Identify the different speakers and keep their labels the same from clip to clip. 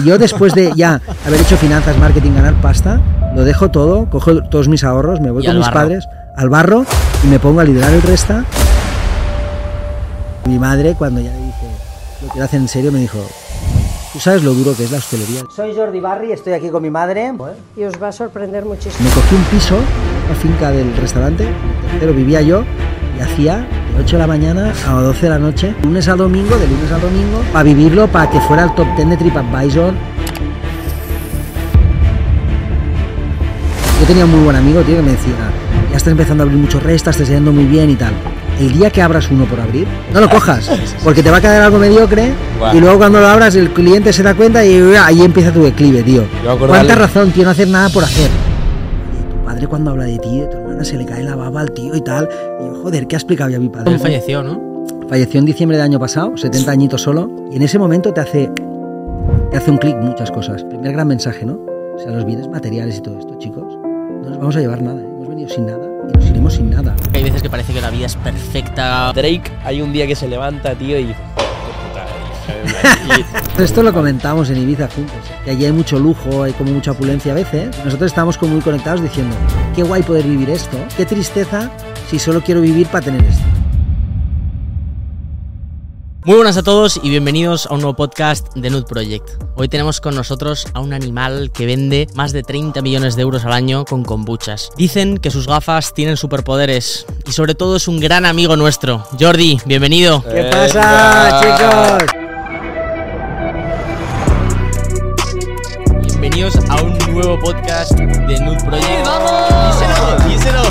Speaker 1: Yo después de ya haber hecho finanzas, marketing, ganar pasta, lo dejo todo, cojo todos mis ahorros, me voy con mis padres al barro y me pongo a liderar el Resta. Mi madre, cuando ya le dije, lo quiero hacer en serio, me dijo, ¿tú sabes lo duro que es la hostelería? Soy Jordi Barri, estoy aquí con mi madre.
Speaker 2: Y os va a sorprender muchísimo.
Speaker 1: Me cogí un piso, una finca del restaurante, pero vivía yo y hacía de 8 de la mañana a 12 de la noche, de lunes a domingo, para vivirlo, para que fuera el top 10 de TripAdvisor. Yo tenía un muy buen amigo, tío, que me decía, ya estás empezando a abrir muchos restas, estás yendo muy bien y tal. El día que abras uno por abrir, no lo cojas, porque te va a quedar algo mediocre y luego cuando lo abras el cliente se da cuenta y ahí empieza tu declive, tío. ¿Cuánta razón, tío, no hacer nada por hacer? Tu padre cuando habla de ti, de tu hermana, se le cae la baba al tío y tal. Y yo, joder, ¿qué ha explicado ya mi padre?
Speaker 3: Él falleció, ¿no?
Speaker 1: Falleció en diciembre del año pasado, 70 añitos solo, y en ese momento te hace un clic muchas cosas. Primer gran mensaje, ¿no? O sea, los bienes materiales y todo esto, chicos, no nos vamos a llevar nada, hemos venido sin nada. Y nos iremos sin nada.
Speaker 3: Hay veces que parece que la vida es perfecta.
Speaker 4: Drake, hay un día que se levanta, tío, y...
Speaker 1: Esto lo comentamos en Ibiza juntos, que allí hay mucho lujo, hay como mucha opulencia a veces. Nosotros estamos como muy conectados diciendo, qué guay poder vivir esto, qué tristeza si solo quiero vivir para tener esto.
Speaker 3: Muy buenas a todos y bienvenidos a un nuevo podcast de Nude Project. Hoy tenemos con nosotros a un animal que vende más de 30 millones de euros al año con kombuchas. Dicen que sus gafas tienen superpoderes y sobre todo es un gran amigo nuestro. Jordi, bienvenido.
Speaker 1: ¿Qué pasa, chicos?
Speaker 3: Bienvenidos a un nuevo podcast de Nude Project. ¡Vamos! ¡Díselo!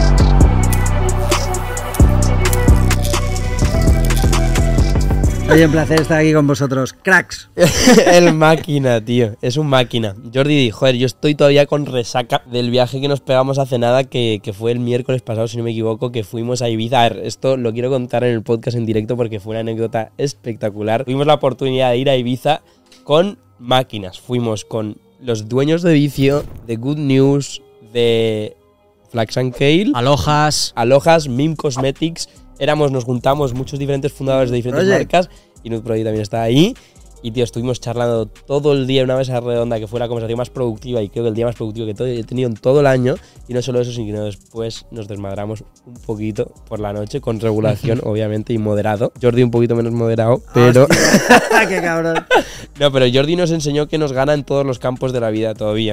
Speaker 1: Oye, un placer estar aquí con vosotros, cracks.
Speaker 4: El máquina, tío, es un máquina. Jordi, joder, yo estoy todavía con resaca del viaje que nos pegamos hace nada, que fue el miércoles pasado, si no me equivoco, que fuimos a Ibiza. A ver, esto lo quiero contar en el podcast en directo porque fue una anécdota espectacular. Tuvimos la oportunidad de ir a Ibiza con máquinas. Fuimos con los dueños de Vicio, de Good News, de Flax and Kale, Alojas, Mim Cosmetics. Nos juntamos muchos diferentes fundadores de diferentes marcas y Nude Project también está ahí. Y tío, estuvimos charlando todo el día en una mesa redonda que fue la conversación más productiva y creo que el día más productivo que he tenido en todo el año. Y no solo eso, sino que después nos desmadramos un poquito por la noche, con regulación, obviamente, y moderado. Jordi un poquito menos moderado, pero...
Speaker 1: ¡Qué cabrón!
Speaker 4: No, pero Jordi nos enseñó que nos gana en todos los campos de la vida todavía.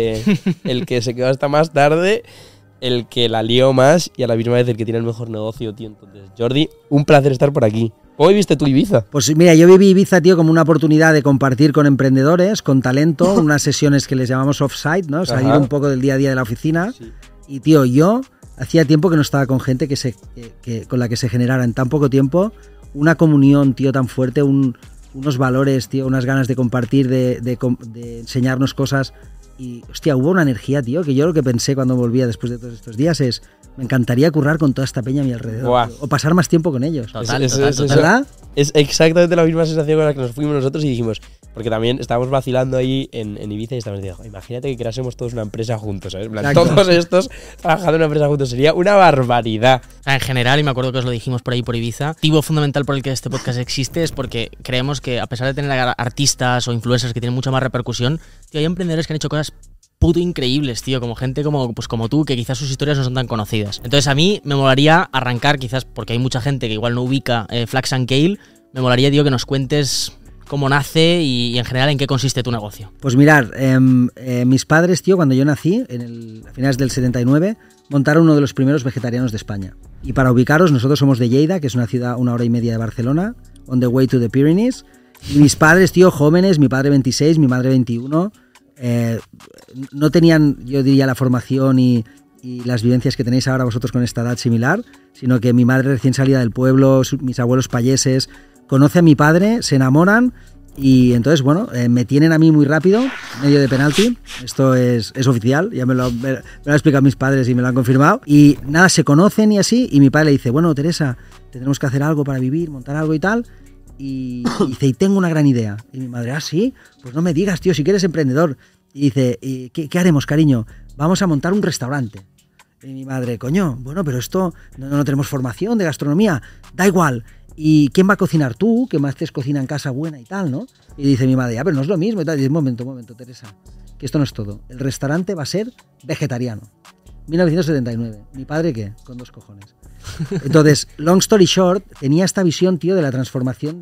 Speaker 4: El que se quedó hasta más tarde... el que la lió más y a la misma vez el que tiene el mejor negocio, tío. Entonces, Jordi, un placer estar por aquí. ¿Cómo viviste tú Ibiza?
Speaker 1: Pues mira, yo viví Ibiza, tío, como una oportunidad de compartir con emprendedores, con talento, unas sesiones que les llamamos off-site, ¿no? Salir un poco del día a día de la oficina. Sí. Y, tío, yo hacía tiempo que no estaba con gente con la que se generara en tan poco tiempo una comunión, tío, tan fuerte, unos valores, tío, unas ganas de compartir, de enseñarnos cosas. Y, hostia, hubo una energía, tío, que yo lo que pensé cuando volvía después de todos estos días es, me encantaría currar con toda esta peña a mi alrededor, tío, o pasar más tiempo con ellos.
Speaker 3: Total.
Speaker 1: ¿Verdad?
Speaker 4: Es exactamente la misma sensación con la que nos fuimos nosotros y dijimos, porque también estábamos vacilando ahí en Ibiza y estábamos diciendo, imagínate que creásemos todos una empresa juntos, ¿sabes? Todos estos trabajando en una empresa juntos, sería una barbaridad.
Speaker 3: En general, y me acuerdo que os lo dijimos por ahí por Ibiza, el motivo fundamental por el que este podcast existe es porque creemos que a pesar de tener artistas o influencers que tienen mucha más repercusión, tío, hay emprendedores que han hecho cosas puto increíbles, tío, como gente como tú, que quizás sus historias no son tan conocidas. Entonces a mí me molaría arrancar, quizás porque hay mucha gente que igual no ubica Flax and Kale, me molaría, tío, que nos cuentes cómo nace y en general en qué consiste tu negocio.
Speaker 1: Pues mirar, mis padres, tío, cuando yo nací, a finales del 79, montaron uno de los primeros vegetarianos de España. Y para ubicaros, nosotros somos de Lleida, que es una ciudad 1 hora y media de Barcelona, on the way to the Pyrenees. Y mis padres, tío, jóvenes, mi padre 26, mi madre 21... no tenían, yo diría, la formación y las vivencias que tenéis ahora vosotros con esta edad similar, sino que mi madre recién salida del pueblo, mis abuelos payeses, conoce a mi padre, se enamoran y entonces, bueno, me tienen a mí muy rápido, medio de penalti, esto es oficial, ya me lo han explicado mis padres y me lo han confirmado, y nada, se conocen y así, y mi padre le dice, bueno, Teresa, tendremos que hacer algo para vivir, montar algo y tal. Y dice, y tengo una gran idea. Y mi madre, sí, pues no me digas, tío, si quieres emprendedor. Y dice, ¿qué haremos, cariño? Vamos a montar un restaurante. Y mi madre, coño, bueno, pero esto no tenemos formación de gastronomía. Da igual, ¿y quién va a cocinar tú? Que más haces cocina en casa buena y tal, ¿no? Y dice mi madre, pero no es lo mismo y tal. Y dice, momento, Teresa, que esto no es todo. El restaurante va a ser vegetariano. 1979. ¿Mi padre qué? Con 2 cojones. Entonces, long story short, tenía esta visión, tío, de la transformación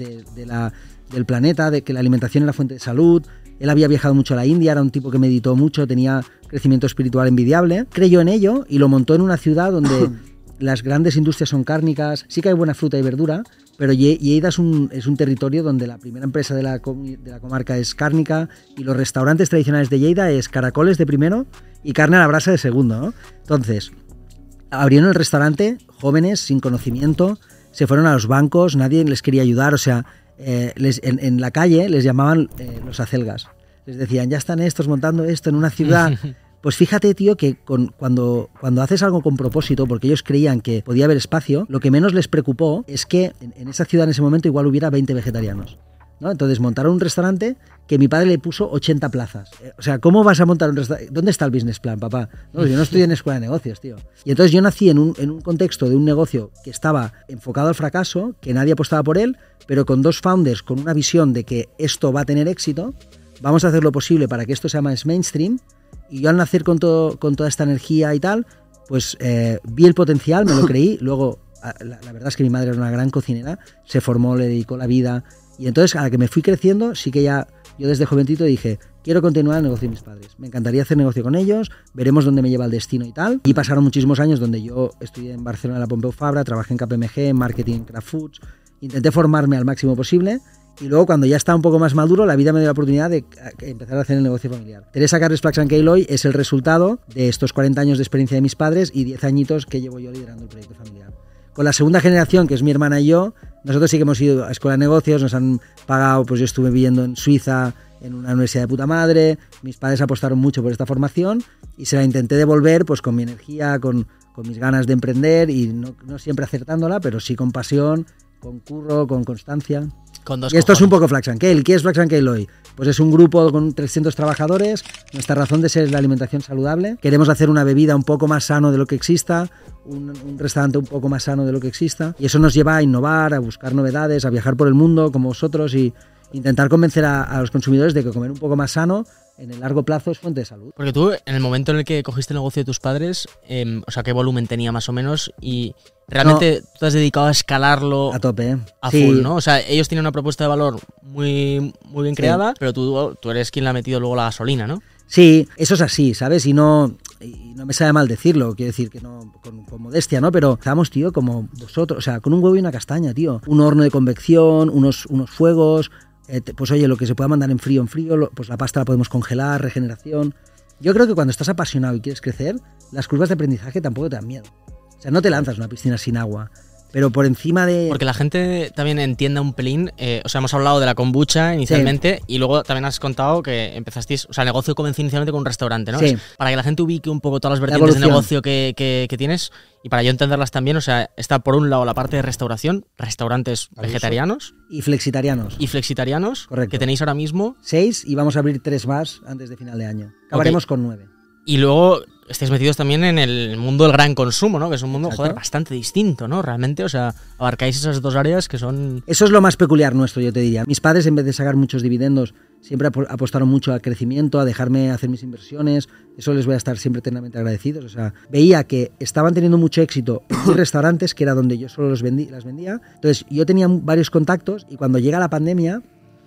Speaker 1: del planeta, de que la alimentación era fuente de salud. Él había viajado mucho a la India, era un tipo que meditó mucho, tenía crecimiento espiritual envidiable. Creyó en ello y lo montó en una ciudad donde las grandes industrias son cárnicas, sí que hay buena fruta y verdura, pero Lleida es un territorio donde la primera empresa de la comarca es cárnica y los restaurantes tradicionales de Lleida es caracoles de primero y carne a la brasa de segundo, ¿no? Entonces, abrieron el restaurante, jóvenes, sin conocimiento, se fueron a los bancos, nadie les quería ayudar, o sea, en la calle les llamaban los acelgas. Les decían, ya están estos montando esto en una ciudad. Pues fíjate, tío, que cuando haces algo con propósito, porque ellos creían que podía haber espacio, lo que menos les preocupó es que en esa ciudad en ese momento igual hubiera 20 vegetarianos, ¿no? Entonces montaron un restaurante que mi padre le puso 80 plazas. O sea, ¿cómo vas a montar un restaurante? ¿Dónde está el business plan, papá? No, yo no estoy en escuela de negocios, tío. Y entonces yo nací en un contexto de un negocio que estaba enfocado al fracaso, que nadie apostaba por él, pero con 2 founders con una visión de que esto va a tener éxito, vamos a hacer lo posible para que esto sea más mainstream. Y yo al nacer con toda esta energía y tal, pues vi el potencial, me lo creí. Luego, la verdad es que mi madre era una gran cocinera, se formó, le dedicó la vida. Y entonces, a la que me fui creciendo, sí que ya, yo desde jovencito dije, quiero continuar el negocio de mis padres. Me encantaría hacer negocio con ellos, veremos dónde me lleva el destino y tal. Y pasaron muchísimos años donde yo estudié en Barcelona, en la Pompeu Fabra, trabajé en KPMG, en marketing, en Kraft Foods. Intenté formarme al máximo posible. Y luego, cuando ya estaba un poco más maduro, la vida me dio la oportunidad de empezar a hacer el negocio familiar. Teresa Carles Flax & Keloy es el resultado de estos 40 años de experiencia de mis padres y 10 añiñitos que llevo yo liderando el proyecto familiar. Con la segunda generación, que es mi hermana y yo, nosotros sí que hemos ido a escuela de negocios, nos han pagado, pues yo estuve viviendo en Suiza, en una universidad de puta madre, mis padres apostaron mucho por esta formación y se la intenté devolver pues con mi energía, con mis ganas de emprender y no siempre acertándola, pero sí con pasión, con curro, con constancia. Y esto es un poco Flax & Kale. ¿Qué es Flax & Kale hoy? Pues es un grupo con 300 trabajadores. Nuestra razón de ser es la alimentación saludable. Queremos hacer una bebida un poco más sano de lo que exista, un restaurante un poco más sano de lo que exista. Y eso nos lleva a innovar, a buscar novedades, a viajar por el mundo como vosotros y intentar convencer a los consumidores de que comer un poco más sano en el largo plazo es fuente de salud.
Speaker 3: Porque tú, en el momento en el que cogiste el negocio de tus padres, o sea, ¿qué volumen tenía más o menos? Y realmente tú te has dedicado a escalarlo
Speaker 1: a tope,
Speaker 3: a full, ¿no? O sea, ellos tienen una propuesta de valor muy, muy bien creada, pero tú eres quien le ha metido luego la gasolina, ¿no?
Speaker 1: Sí, eso es así, ¿sabes? Y no me sabe mal decirlo, quiero decir que no con modestia, ¿no? Pero estábamos, tío, como vosotros, o sea, con un huevo y una castaña, tío. Un horno de convección, unos fuegos. Pues oye, lo que se pueda mandar en frío, pues la pasta la podemos congelar, regeneración. Yo creo que cuando estás apasionado y quieres crecer, las curvas de aprendizaje tampoco te dan miedo. O sea, no te lanzas a una piscina sin agua, pero por encima de...
Speaker 3: Porque la gente también entienda un pelín, o sea, hemos hablado de la kombucha inicialmente, sí. Y luego también has contado que empezasteis, o sea, el negocio comenzó inicialmente con un restaurante, ¿no?
Speaker 1: Sí.
Speaker 3: Para que la gente ubique un poco todas las vertientes de negocio que tienes y para yo entenderlas también, o sea, está por un lado la parte de restauración, restaurantes vegetarianos.
Speaker 1: Y flexitarianos.
Speaker 3: Correcto. Que tenéis ahora mismo.
Speaker 1: 6 y vamos a abrir 3 más antes de final de año. Acabaremos con 9.
Speaker 3: Y luego estáis metidos también en el mundo del gran consumo, ¿no? Que es un mundo,
Speaker 1: Exacto.
Speaker 3: joder, bastante distinto, ¿no? Realmente, o sea, abarcáis esas 2 áreas que son...
Speaker 1: Eso es lo más peculiar nuestro, yo te diría. Mis padres, en vez de sacar muchos dividendos, siempre apostaron mucho al crecimiento, a dejarme hacer mis inversiones. Eso les voy a estar siempre eternamente agradecidos. O sea, veía que estaban teniendo mucho éxito en mis restaurantes, que era donde yo solo las vendía. Entonces, yo tenía varios contactos y cuando llega la pandemia...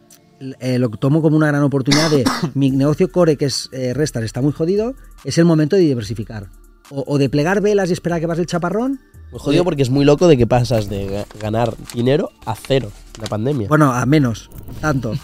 Speaker 1: lo tomo como una gran oportunidad de mi negocio core, que es Restar, está muy jodido, es el momento de diversificar o de plegar velas y esperar a que pase el chaparrón.
Speaker 4: Muy jodido porque es muy loco de que pasas de ganar dinero a cero la pandemia.
Speaker 1: Bueno, a menos, tanto.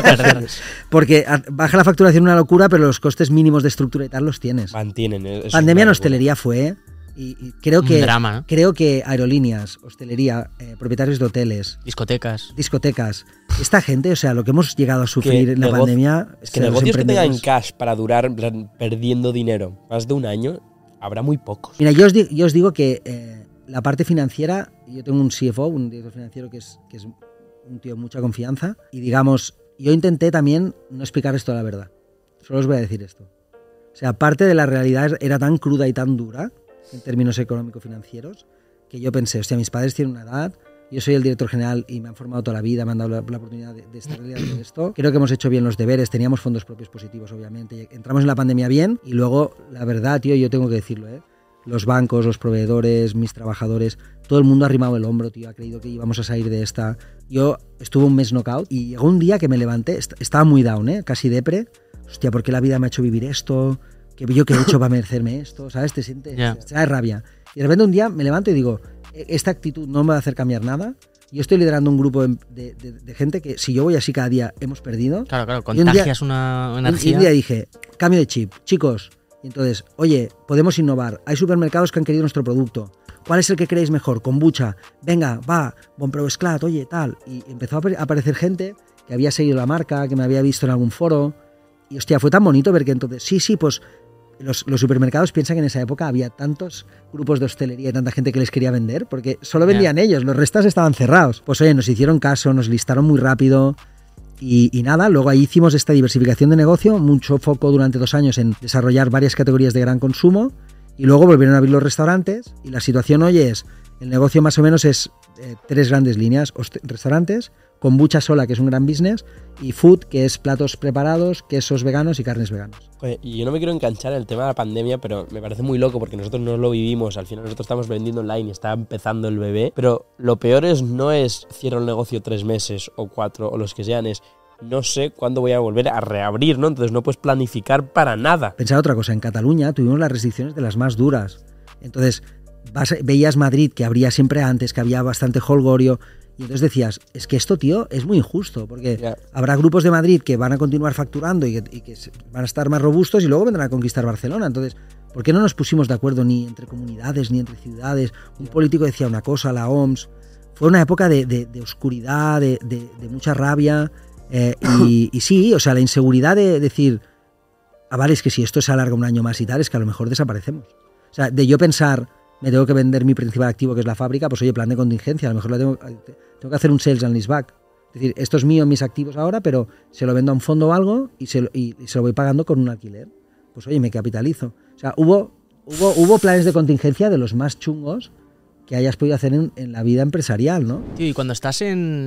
Speaker 1: Porque baja la facturación una locura, pero los costes mínimos de estructura y tal los tienes.
Speaker 4: Mantienen.
Speaker 1: Pandemia en hostelería fue, y creo que,
Speaker 3: drama, ¿no?
Speaker 1: Creo que aerolíneas, hostelería, propietarios de hoteles, discotecas, esta gente, o sea, lo que hemos llegado a sufrir en la pandemia...
Speaker 4: Es que negocios que tengan cash para durar perdiendo dinero más de un año, habrá muy pocos.
Speaker 1: Mira, yo os digo que la parte financiera, yo tengo un CFO, un director financiero que es un tío de mucha confianza, y digamos, yo intenté también no explicar esto a la verdad. Solo os voy a decir esto. O sea, parte de la realidad era tan cruda y tan dura en términos económico-financieros, que yo pensé, hostia, mis padres tienen una edad, Yo soy el director general y me han formado toda la vida, me han dado la oportunidad de estar liderando esto. Creo que hemos hecho bien los deberes, teníamos fondos propios positivos, obviamente. Entramos en la pandemia bien y luego, la verdad, tío, yo tengo que decirlo, los bancos, los proveedores, mis trabajadores, todo el mundo ha arrimado el hombro, tío, ha creído que íbamos a salir de esta. Yo estuve un mes knockout y llegó un día que me levanté, estaba muy down, casi depre. Hostia, ¿por qué la vida me ha hecho vivir esto? ¿Yo qué he hecho para merecerme esto? ¿Sabes? Te sientes, te da rabia. Y de repente un día me levanto y digo, esta actitud no me va a hacer cambiar nada. Yo estoy liderando un grupo de gente que si yo voy así cada día hemos perdido.
Speaker 3: Claro, contagias una energía.
Speaker 1: Y un día dije, cambio de chip, chicos. Y entonces, oye, podemos innovar. Hay supermercados que han querido nuestro producto. ¿Cuál es el que creéis mejor? Kombucha. Venga, va, Bonpreu Esclat, oye, tal. Y empezó a aparecer gente que había seguido la marca, que me había visto en algún foro. Y hostia, fue tan bonito ver que entonces, sí, pues los supermercados piensan que en esa época había tantos grupos de hostelería y tanta gente que les quería vender, porque solo vendían ellos, los restos estaban cerrados. Pues oye, nos hicieron caso, nos listaron muy rápido y nada, luego ahí hicimos esta diversificación de negocio, mucho foco durante 2 años en desarrollar varias categorías de gran consumo y luego volvieron a abrir los restaurantes y la situación hoy es, el negocio más o menos es 3 grandes líneas, restaurantes, kombucha sola, que es un gran business, y food, que es platos preparados, quesos veganos y carnes veganas.
Speaker 4: Oye, y yo no me quiero enganchar en el tema de la pandemia, pero me parece muy loco porque nosotros no lo vivimos. Al final nosotros estamos vendiendo online y está empezando el bebé. Pero lo peor no es cierro el negocio 3 meses o 4 o los que sean, es no sé cuándo voy a volver a reabrir, ¿no? Entonces no puedes planificar para nada.
Speaker 1: Pensar otra cosa, en Cataluña tuvimos las restricciones de las más duras. Entonces veías Madrid, que abría siempre antes, que había bastante holgorio. Y entonces decías, es que esto, tío, es muy injusto, porque habrá grupos de Madrid que van a continuar facturando y que van a estar más robustos y luego vendrán a conquistar Barcelona. Entonces, ¿por qué no nos pusimos de acuerdo ni entre comunidades ni entre ciudades? Un político decía una cosa, la OMS. Fue una época de oscuridad, de mucha rabia. Y sí, o sea, la inseguridad de decir, vale, es que si esto se alarga un año más y tal, es que a lo mejor desaparecemos. O sea, de yo pensar, me tengo que vender mi principal activo, que es la fábrica, pues oye, plan de contingencia, a lo mejor tengo que hacer un sales and leaseback. Es decir, esto es mío, mis activos ahora, pero se lo vendo a un fondo o algo y se lo voy pagando con un alquiler. Pues oye, me capitalizo. O sea, hubo planes de contingencia de los más chungos que hayas podido hacer en la vida empresarial, ¿no?
Speaker 3: Tío, y cuando estás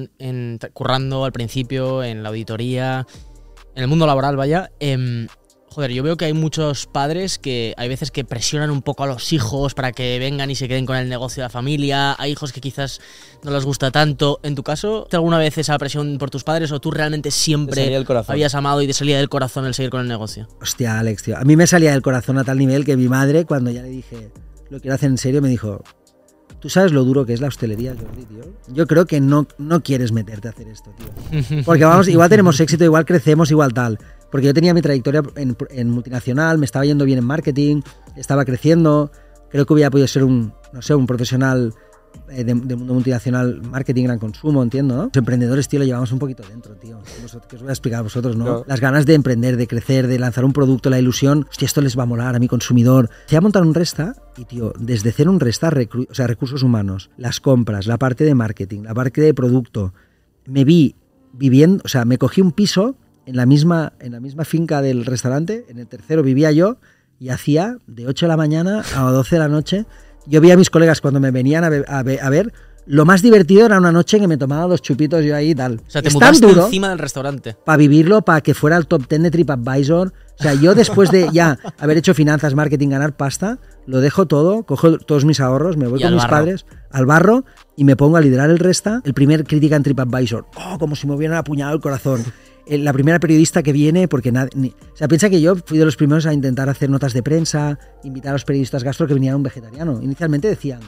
Speaker 3: currando al principio, en la auditoría, en el mundo laboral, vaya, joder, yo veo que hay muchos padres que hay veces que presionan un poco a los hijos para que vengan y se queden con el negocio de la familia. Hay hijos que quizás no les gusta tanto. ¿En tu caso, ¿te alguna vez esa presión por tus padres o tú realmente siempre habías amado y te salía del corazón el seguir con el negocio?
Speaker 1: Hostia, Alex, tío. A mí me salía del corazón a tal nivel que mi madre, cuando ya le dije lo quiero hacer en serio, me dijo, ¿tú sabes lo duro que es la hostelería, Jordi, tío? Yo creo que no quieres meterte a hacer esto, tío. Porque vamos, igual tenemos éxito, igual crecemos, igual tal. Porque yo tenía mi trayectoria en multinacional, me estaba yendo bien en marketing, estaba creciendo, creo que hubiera podido ser un profesional de mundo multinacional, marketing, gran consumo, entiendo, ¿no? Los emprendedores, tío, lo llevamos un poquito dentro, tío. Que os voy a explicar a vosotros, ¿no? Las ganas de emprender, de crecer, de lanzar un producto, la ilusión, hostia, esto les va a molar a mi consumidor. Te voy a montar un resta y, tío, desde cero un resta, recursos humanos, las compras, la parte de marketing, la parte de producto, me vi viviendo, o sea, me cogí un piso en la misma finca del restaurante, en el tercero vivía yo y hacía de 8 de la mañana a 12 de la noche. Yo veía a mis colegas cuando me venían a ver, lo más divertido era una noche que me tomaba 2 chupitos yo ahí y tal.
Speaker 3: O sea, te mudaste encima del restaurante.
Speaker 1: Para vivirlo, para que fuera el top 10 de TripAdvisor. O sea, yo después de ya haber hecho finanzas, marketing, ganar pasta, lo dejo todo, cojo todos mis ahorros, me voy con mis padres al barro y me pongo a liderar el resta. El primer crítica en TripAdvisor. Oh, como si me hubieran apuñalado el corazón. La primera periodista que viene, porque o sea, piensa que yo fui de los primeros a intentar hacer notas de prensa, invitar a los periodistas gastro que vinieran un vegetariano. Inicialmente decían,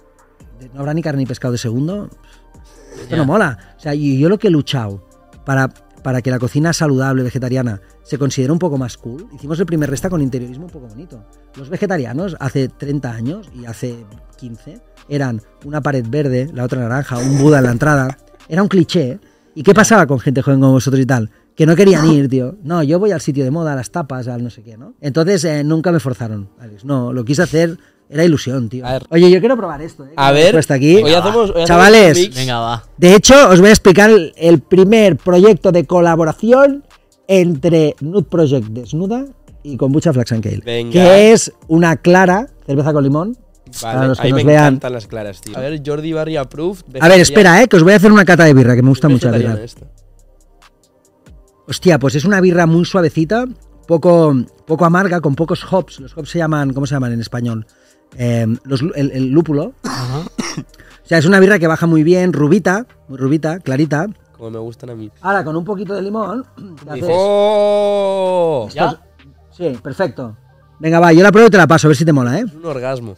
Speaker 1: no habrá ni carne ni pescado de segundo, esto no mola. O sea, y yo lo que he luchado para que la cocina saludable vegetariana se considere un poco más cool, hicimos el primer resta con interiorismo un poco bonito. Los vegetarianos hace 30 años y hace 15 eran una pared verde, la otra naranja, un Buda en la entrada. Era un cliché. ¿Y qué pasaba con gente joven como vosotros y tal? Que no querían ir, tío. No, yo voy al sitio de moda, a las tapas, al no sé qué, ¿no? Entonces nunca me forzaron, Alex. No, lo quise hacer, era ilusión, tío. Oye, yo quiero probar esto, ¿eh?
Speaker 4: A ver,
Speaker 1: hasta aquí.
Speaker 4: Hoy hacemos
Speaker 1: chavales,
Speaker 3: venga, va.
Speaker 1: De hecho, os voy a explicar el primer proyecto de colaboración entre Nude Project Desnuda y Kombucha Flax and Kale.
Speaker 4: Venga.
Speaker 1: Que es una clara cerveza con limón.
Speaker 4: Vale,
Speaker 1: los
Speaker 4: a
Speaker 1: que
Speaker 4: mí
Speaker 1: nos
Speaker 4: me
Speaker 1: vean.
Speaker 4: encantan las claras, tío. A ver, Jordi Barry approved.
Speaker 1: A ver, espera, que os voy a hacer una cata de birra, que me gusta mucho la birra.
Speaker 4: Esto.
Speaker 1: Hostia, pues es una birra muy suavecita, poco amarga, con pocos hops. Los hops se llaman, ¿cómo se llaman en español? El lúpulo.
Speaker 3: Ajá.
Speaker 1: O sea, es una birra que baja muy bien, rubita, muy rubita, clarita.
Speaker 4: Como me gustan a mí.
Speaker 1: Ahora, con un poquito de limón. ¿qué haces?
Speaker 4: ¡Oh!
Speaker 3: ¿Ya?
Speaker 1: Sí, perfecto. Venga, va, yo la pruebo y te la paso, a ver si te mola, ¿eh?
Speaker 4: Es un orgasmo.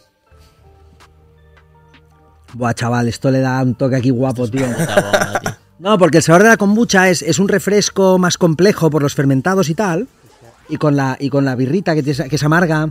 Speaker 1: Buah, chaval, esto le da un toque aquí guapo, tío.
Speaker 3: Puta bomba, tío.
Speaker 1: No, porque el sabor de la kombucha es un refresco más complejo por los fermentados y tal. Y con la birrita que es amarga.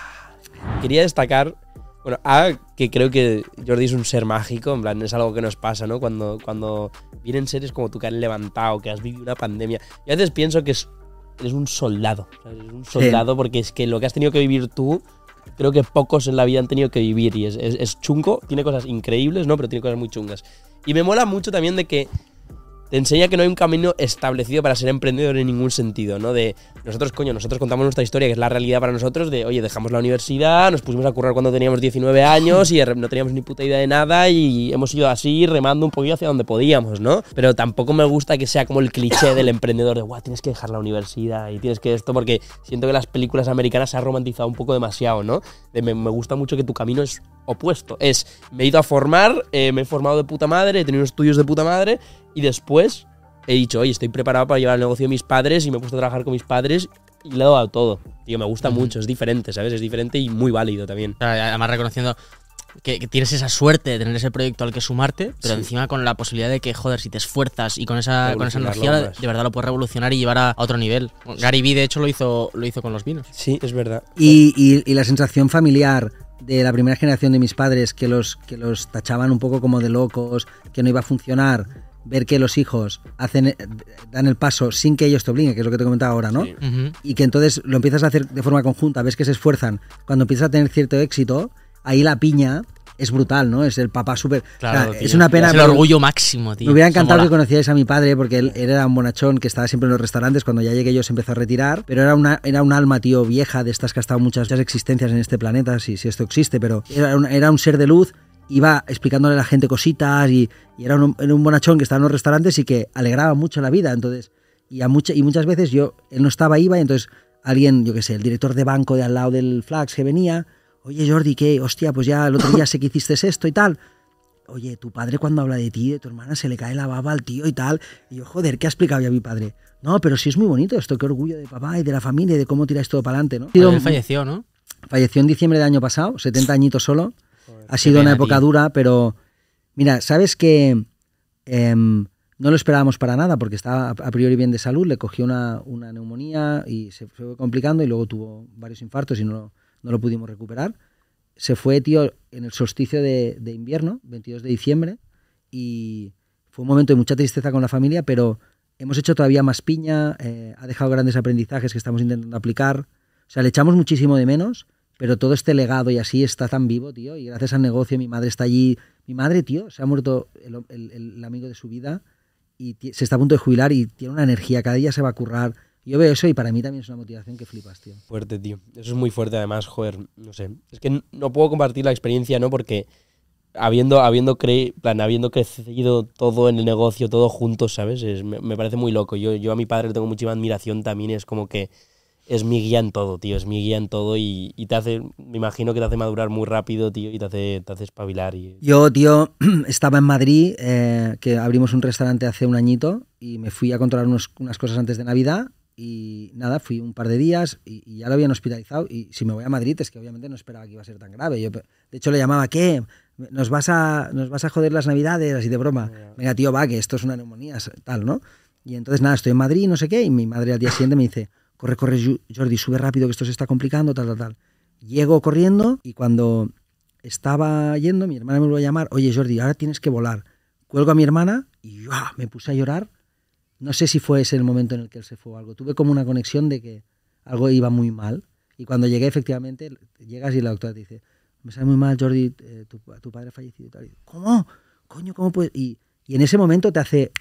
Speaker 4: Quería destacar, bueno, que creo que Jordi es un ser mágico, en plan, es algo que nos pasa, ¿no? Cuando vienen seres como tú que han levantado, que has vivido una pandemia. Y a veces pienso que eres un soldado, ¿sabes? Eres un soldado porque es que lo que has tenido que vivir tú, creo que pocos en la vida han tenido que vivir y es chungo, tiene cosas increíbles, ¿no? Pero tiene cosas muy chungas. Y me mola mucho también de que te enseña que no hay un camino establecido para ser emprendedor en ningún sentido, ¿no? De nosotros contamos nuestra historia, que es la realidad para nosotros, de, oye, dejamos la universidad, nos pusimos a currar cuando teníamos 19 años y no teníamos ni puta idea de nada y hemos ido así, remando un poquito hacia donde podíamos, ¿no? Pero tampoco me gusta que sea como el cliché del emprendedor de, guau, tienes que dejar la universidad y tienes que esto, porque siento que las películas americanas se ha romantizado un poco demasiado, ¿no? Me gusta mucho que tu camino es opuesto. Me he ido a formar, me he formado de puta madre, he tenido estudios de puta madre y después he dicho, oye, estoy preparado para llevar el negocio de mis padres y me he puesto a trabajar con mis padres y le he dado a todo. Tío, me gusta mucho, es diferente, ¿sabes? Es diferente y muy válido también.
Speaker 3: Además reconociendo que tienes esa suerte de tener ese proyecto al que sumarte, pero
Speaker 4: Sí.
Speaker 3: encima con la posibilidad de que, joder, si te esfuerzas y con esa
Speaker 4: Revolucionarlo
Speaker 3: energía,
Speaker 4: más.
Speaker 3: de verdad lo puedes revolucionar y llevar a otro nivel. Gary Vee, de hecho, lo hizo con los vinos.
Speaker 4: Sí, es verdad.
Speaker 1: Y la sensación familiar de la primera generación de mis padres, que los tachaban un poco como de locos, que no iba a funcionar, ver que los hijos dan el paso sin que ellos te obliguen, que es lo que te comentaba ahora, ¿no?
Speaker 4: Sí.
Speaker 3: Ujú.
Speaker 1: Y que entonces lo empiezas a hacer de forma conjunta, ves que se esfuerzan, cuando empiezas a tener cierto éxito, ahí la piña es brutal, ¿no? Es el papá súper...
Speaker 3: Claro,
Speaker 1: o sea,
Speaker 3: tío.
Speaker 1: es una pena...
Speaker 3: Es el orgullo máximo, tío.
Speaker 1: Me hubiera
Speaker 3: Eso
Speaker 1: encantado
Speaker 3: mola.
Speaker 1: que conocierais a mi padre, porque él era un bonachón que estaba siempre en los restaurantes. Cuando ya llegué yo se empezó a retirar, pero era un alma, tío, vieja, de estas que ha estado muchas existencias en este planeta, si esto existe, pero era un ser de luz, iba explicándole a la gente cositas y era un bonachón que estaba en los restaurantes y que alegraba mucho la vida. Entonces, y muchas veces él no estaba, iba, y entonces alguien, yo qué sé, el director de banco de al lado del Flax que venía, oye Jordi, ¿qué? Hostia, pues ya el otro día sé que hiciste esto y tal. Oye, tu padre cuando habla de ti, de tu hermana, se le cae la baba al tío y tal. Y yo, joder, ¿qué ha explicado ya mi padre? No, pero sí es muy bonito esto, qué orgullo de papá y de la familia y de cómo tiráis todo para adelante, ¿no?
Speaker 3: Bueno, él falleció, ¿no?
Speaker 1: Falleció en diciembre del año pasado, 70 añitos solo. Ha
Speaker 3: qué
Speaker 1: sido una
Speaker 3: pena,
Speaker 1: época
Speaker 3: tío.
Speaker 1: dura, pero mira, ¿sabes que no lo esperábamos para nada? Porque estaba a priori bien de salud, le cogió una neumonía y se fue complicando y luego tuvo varios infartos y no lo pudimos recuperar. Se fue, tío, en el solsticio de invierno, 22 de diciembre, y fue un momento de mucha tristeza con la familia, pero hemos hecho todavía más piña, ha dejado grandes aprendizajes que estamos intentando aplicar. O sea, le echamos muchísimo de menos, pero todo este legado y así está tan vivo, tío, y gracias al negocio mi madre está allí. Mi madre, tío, se ha muerto el amigo de su vida y se está a punto de jubilar y tiene una energía, cada día se va a currar. Yo veo eso y para mí también es una motivación que flipas, tío.
Speaker 4: Fuerte, tío. Eso es muy fuerte, además, joder, no sé. Es que no puedo compartir la experiencia, ¿no? Porque habiendo crecido todo en el negocio, todo juntos, ¿sabes? Me parece muy loco. Yo a mi padre le tengo muchísima admiración también, es como que es mi guía en todo, tío. Es mi guía en todo y te hace, me imagino que te hace madurar muy rápido, tío, y te hace espabilar.
Speaker 1: Yo, tío, estaba en Madrid, que abrimos un restaurante hace un añito y me fui a controlar unas cosas antes de Navidad. Y nada, fui un par de días y ya lo habían hospitalizado. Y si me voy a Madrid es que obviamente no esperaba que iba a ser tan grave. Yo, de hecho, le llamaba, ¿qué? ¿Nos vas a joder las Navidades? Así de broma. Venga, tío, va, que esto es una neumonía, tal, ¿no? Y entonces, nada, estoy en Madrid, no sé qué. Y mi madre al día siguiente me dice, corre, Jordi, sube rápido que esto se está complicando, tal. Llego corriendo y cuando estaba yendo, mi hermana me volvió a llamar, oye, Jordi, ahora tienes que volar. Cuelgo a mi hermana y me puse a llorar. No sé si fue ese el momento en el que él se fue o algo. Tuve como una conexión de que algo iba muy mal. Y cuando llegué, efectivamente, llegas y la doctora te dice, me sabe muy mal, Jordi, tu padre ha fallecido y tal. ¿Cómo? Coño, ¿cómo puedes? Y en ese momento te hace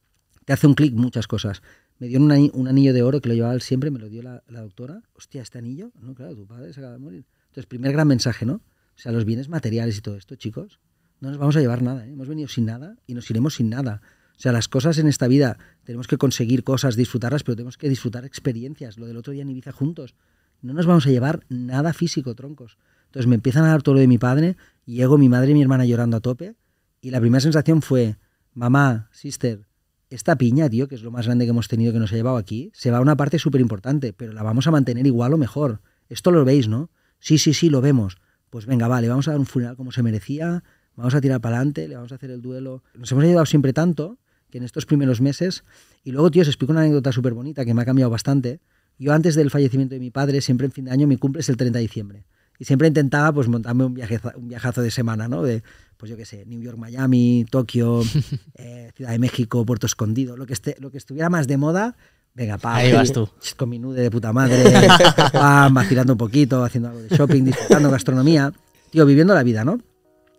Speaker 1: un clic muchas cosas. Me dio un anillo de oro que lo llevaba él siempre, me lo dio la doctora. Hostia, ¿este anillo? No, claro, tu padre se acaba de morir. Entonces, primer gran mensaje, ¿no? O sea, los bienes materiales y todo esto, chicos, no nos vamos a llevar nada, ¿eh? Hemos venido sin nada y nos iremos sin nada. O sea, las cosas en esta vida, tenemos que conseguir cosas, disfrutarlas, pero tenemos que disfrutar experiencias. Lo del otro día en Ibiza juntos. No nos vamos a llevar nada físico, troncos. Entonces me empiezan a dar todo lo de mi padre y llego mi madre y mi hermana llorando a tope y la primera sensación fue, mamá, sister, esta piña, tío, que es lo más grande que hemos tenido que nos ha llevado aquí, se va a una parte súper importante, pero la vamos a mantener igual o mejor. Esto lo veis, ¿no? Sí, lo vemos. Pues venga, vale, vamos a dar un funeral como se merecía, vamos a tirar para adelante, le vamos a hacer el duelo. Nos hemos ayudado siempre tanto que en estos primeros meses... Y luego, tío, os explico una anécdota súper bonita que me ha cambiado bastante. Yo antes del fallecimiento de mi padre, siempre en fin de año, mi cumple es el 30 de diciembre. Y siempre intentaba pues montarme un viajazo de semana, ¿no? De, pues yo qué sé, New York, Miami, Tokio, Ciudad de México, Puerto Escondido, lo que estuviera más de moda, venga,
Speaker 3: ahí vas tú.
Speaker 1: Con mi nude de puta madre, vacilando un poquito, haciendo algo de shopping, disfrutando gastronomía, tío, viviendo la vida, ¿no?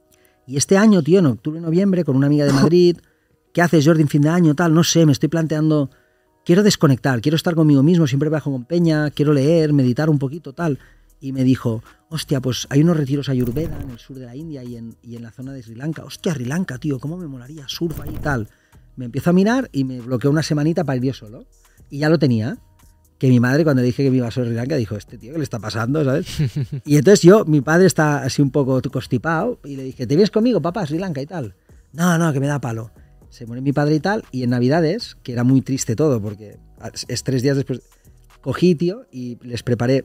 Speaker 1: Y este año, tío, en octubre, noviembre, con una amiga de Madrid, ¿qué haces, Jordi, en fin de año, tal? No sé, me estoy planteando, quiero desconectar, quiero estar conmigo mismo, siempre viajo con Peña, quiero leer, meditar un poquito, tal. Y me dijo, hostia, pues hay unos retiros ayurveda en el sur de la India y en la zona de Sri Lanka. Hostia, Sri Lanka, tío, ¿cómo me molaría? Surf ahí y tal. Me empiezo a mirar y me bloqueó una semanita para ir yo solo. Y ya lo tenía. Que mi madre, cuando le dije que me iba a Sri Lanka, dijo, este tío, ¿qué le está pasando? ¿Sabes? Y entonces mi padre está así un poco constipado y le dije, ¿te vienes conmigo, papá, a Sri Lanka y tal? No, que me da palo. Se muere mi padre y tal, y en Navidades, que era muy triste todo, porque es 3 días después, cogí, tío, y les preparé.